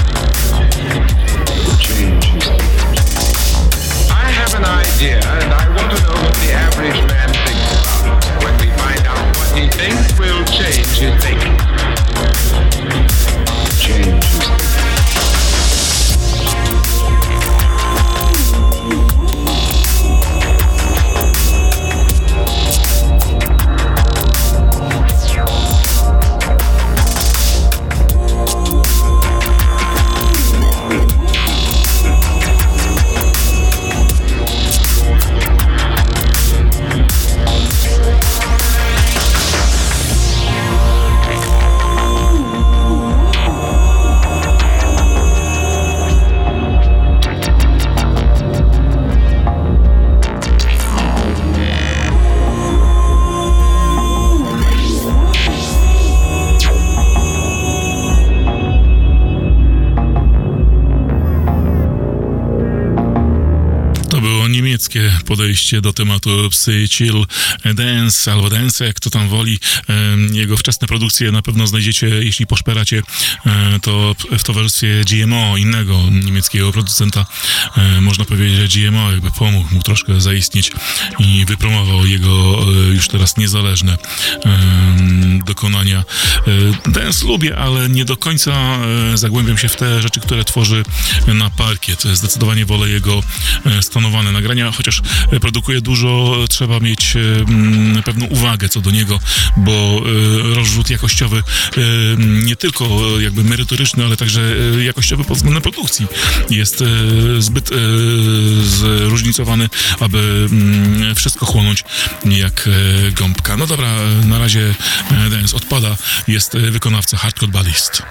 Change his thinking. I have an idea, and I want to know what the average man thinks about it. When we find out what he thinks, we'll change his thinking. Change his thinking. Podejście do tematu Psy Chill Dance albo Dance, jak to tam woli. Jego wczesne produkcje na pewno znajdziecie, jeśli poszperacie, to w towarzystwie GMO, innego niemieckiego producenta. Można powiedzieć, że GMO jakby pomógł mu troszkę zaistnieć i wypromował jego już teraz niezależne dokonania. Dance lubię, ale nie do końca zagłębiam się w te rzeczy, które tworzy na parkiet. Zdecydowanie wolę jego stonowane nagrania, chociaż produkuje dużo, trzeba mieć pewną uwagę co do niego, bo rozrzut jakościowy nie tylko jakby merytoryczny, ale także jakościowy pod względem produkcji jest zbyt zróżnicowany, aby wszystko chłonąć jak gąbka. No dobra, na razie dance odpada, jest wykonawca Hardcore Ballist.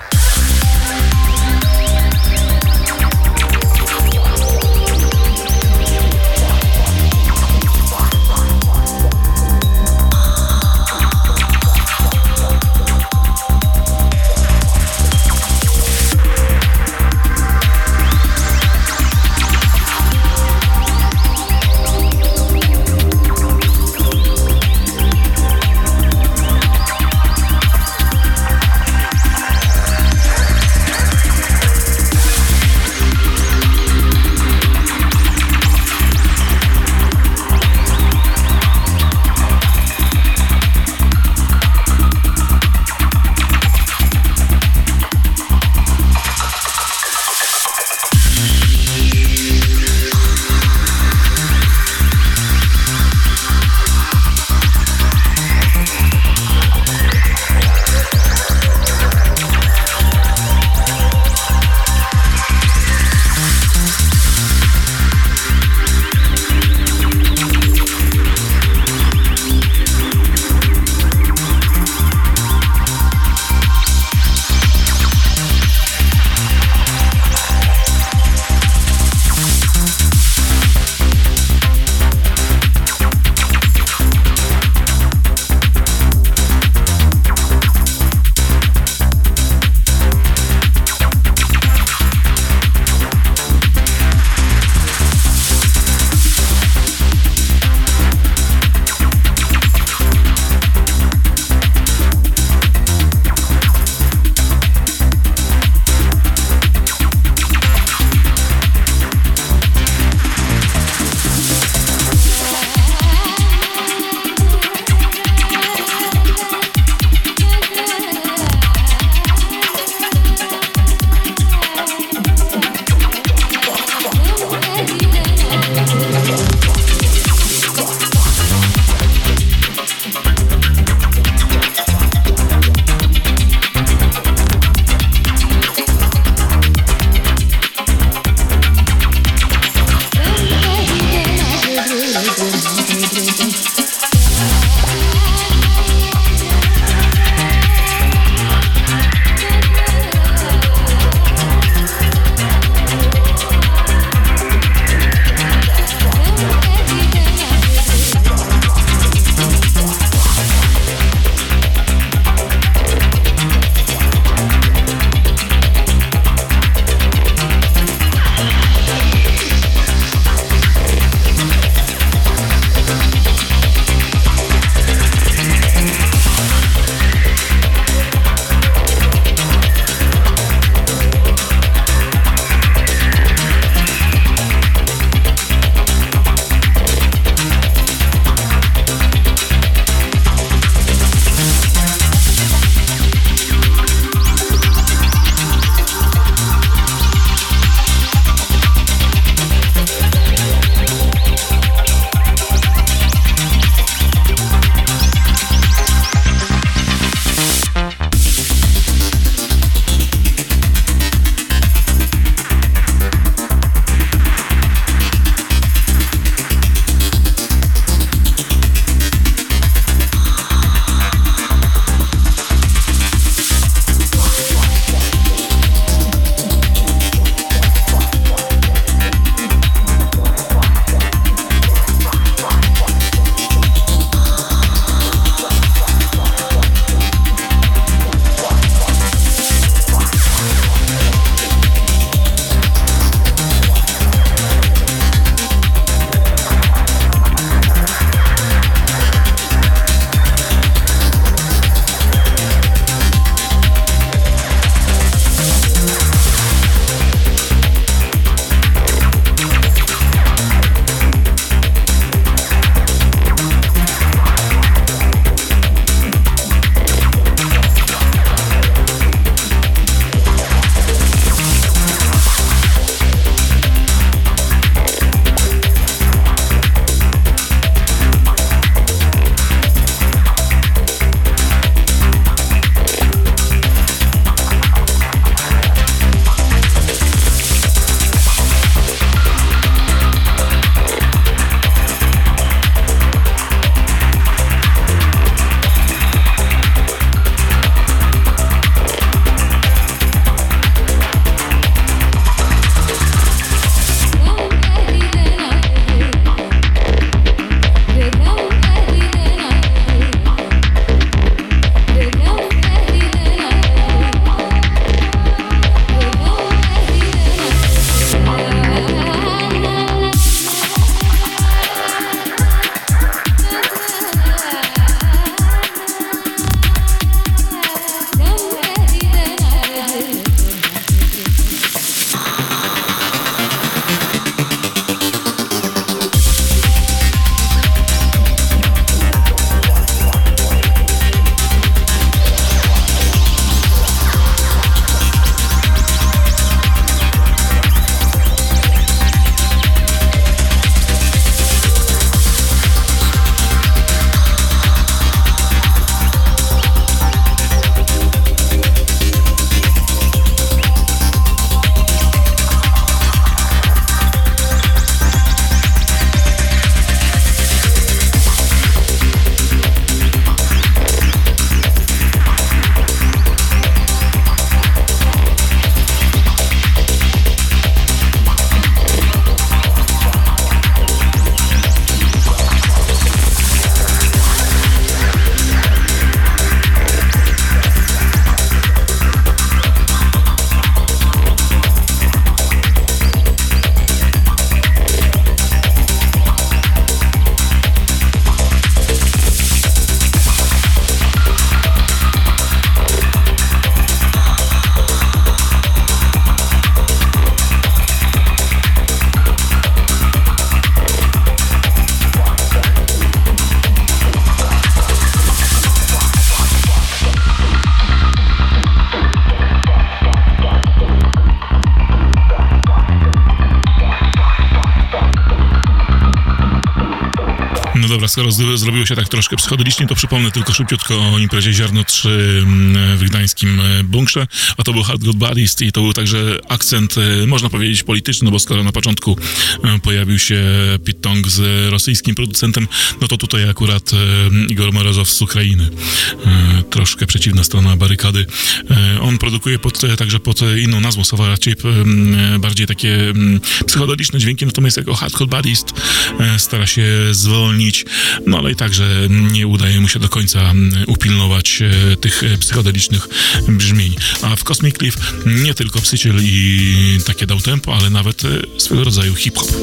dobra, skoro zrobiło się tak troszkę psychodelicznie, to przypomnę tylko szybciutko o imprezie Ziarno 3 w gdańskim bunkrze, a to był Hard Good Buddies i to był także akcent, można powiedzieć, polityczny, no bo skoro na początku pojawił się Pete Tong z rosyjskim producentem, no to tutaj akurat Igor Morozow z Ukrainy. Troszkę przeciwna strona barykady. On produkuje także pod inną nazwą, słowa raczej bardziej takie psychodeliczne dźwięki, natomiast jako Hard Good Buddies stara się zwolnić, no ale i także nie udaje mu się do końca upilnować tych psychodelicznych brzmień. A w Cosmic Cliff nie tylko psychiel i takie downtempo, ale nawet swego rodzaju hip-hop.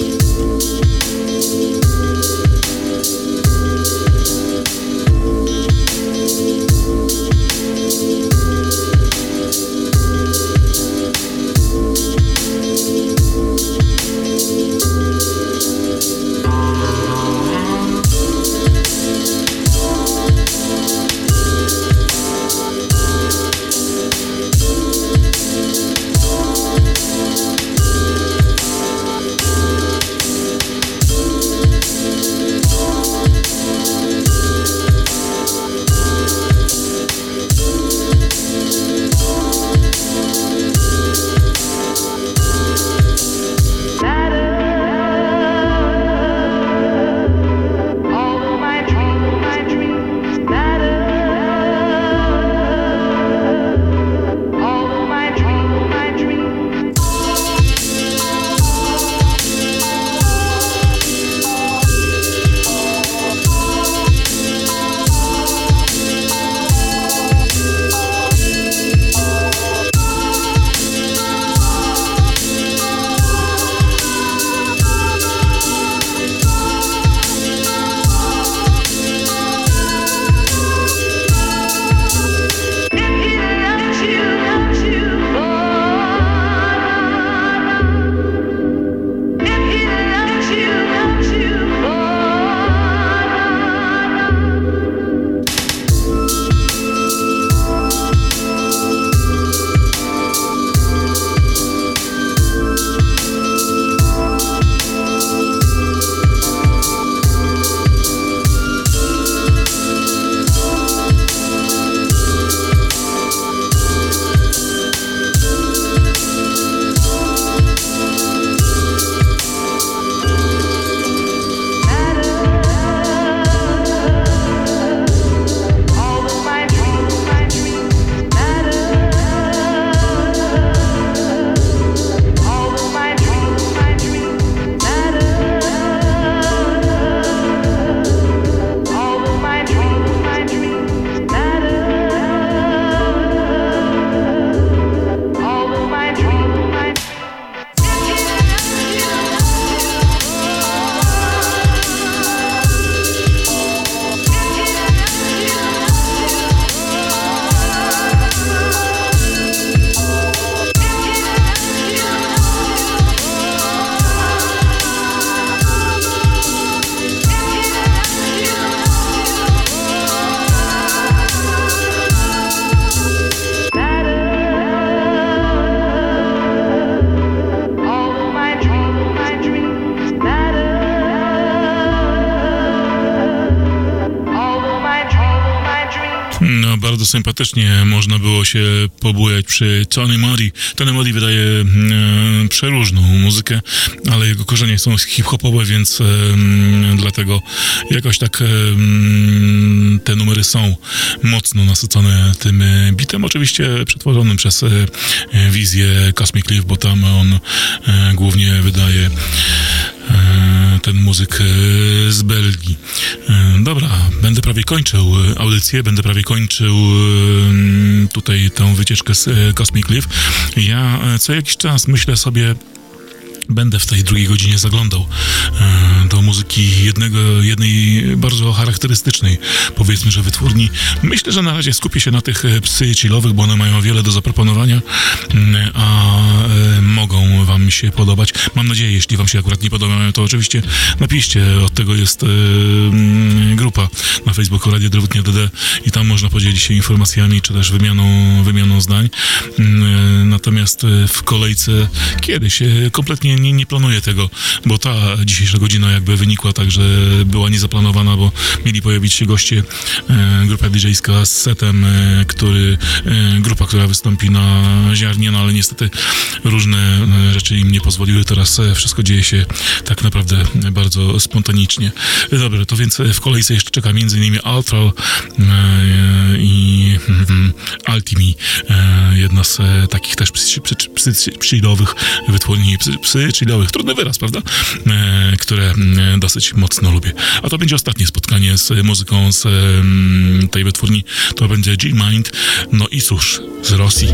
Bardzo sympatycznie można było się pobujać przy Tony Modi. Tony Modi wydaje przeróżną muzykę, ale jego korzenie są hip-hopowe, więc dlatego jakoś tak te numery są mocno nasycone tym bitem, oczywiście przetworzonym przez wizję Cosmic Cliff, bo tam on głównie wydaje ten muzyk z Belgii. Dobra, będę prawie kończył audycję, będę prawie kończył tutaj tę wycieczkę z Cosmic Cliff. Ja co jakiś czas myślę sobie, będę w tej drugiej godzinie zaglądał do muzyki jednej bardzo charakterystycznej, powiedzmy, że wytwórni. Myślę, że na razie skupię się na tych psy-chillowych, bo one mają wiele do zaproponowania, a mogą wam się podobać. Mam nadzieję, jeśli wam się akurat nie podobają, to oczywiście napiszcie. Od tego jest grupa na Facebooku Radio Drewutnie DD i tam można podzielić się informacjami, czy też wymianą zdań. natomiast w kolejce kiedyś, kompletnie nie planuję tego, bo ta dzisiejsza godzina jakby wynikła tak, że była niezaplanowana, bo mieli pojawić się goście, grupa DJ-ska z setem, grupa, która wystąpi na Ziarnie, no ale niestety różne rzeczy im nie pozwoliły, teraz wszystko dzieje się tak naprawdę bardzo spontanicznie. Dobra, to więc w kolejce jeszcze czeka m.in. Altral i Altimi, jedna z takich też chillowych wytwórni, chillowych, trudny wyraz, prawda? Które dosyć mocno lubię. A to będzie ostatnie spotkanie z muzyką z tej wytwórni, to będzie G-Mind, no i cóż, z Rosji.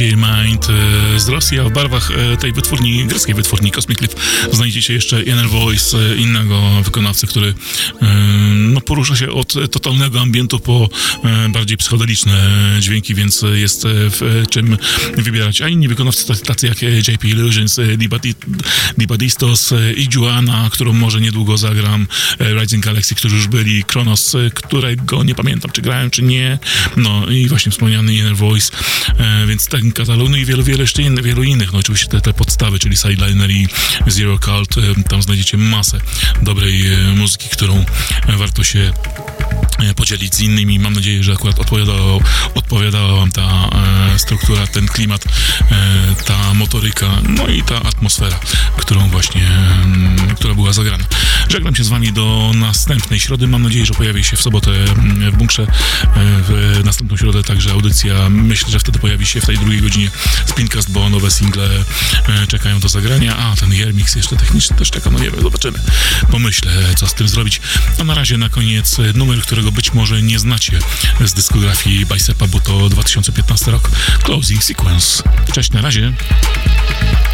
Sheer Mind z Rosji, a w barwach tej wytwórni, greckiej wytwórni Cosmic Cliff znajdziecie jeszcze Inner Voice, innego wykonawcy, który porusza się od totalnego ambientu po bardziej psychodeliczne dźwięki, więc jest w czym wybierać. A inni wykonawcy tacy jak JP Illusions, Dibadistos i Joanna, którą może niedługo zagram, Rising Galaxy, którzy już byli, Kronos, którego nie pamiętam, czy grałem, czy nie, no i właśnie wspomniany Inner Voice, więc ten katalog, no i wielu innych, no oczywiście te podstawy, czyli Sideliner i Zero Cult, tam znajdziecie masę dobrej muzyki, którą warto się podzielić z innymi. Mam nadzieję, że akurat odpowiadała wam ta struktura, ten klimat, ta motoryka, no i ta atmosfera, która była zagrana. Żegnam się z wami do następnej środy. Mam nadzieję, że pojawi się w sobotę w bunkrze. W następną środę także audycja. Myślę, że wtedy pojawi się w tej drugiej godzinie Spincast, bo nowe single czekają do zagrania. A ten Jermix jeszcze techniczny też czeka, no nie wiem, zobaczymy. Pomyślę, co z tym zrobić. A na razie na koniec numer, którego być może nie znacie z dyskografii Bicepa, bo to 2015 rok. Closing Sequence. Cześć, na razie.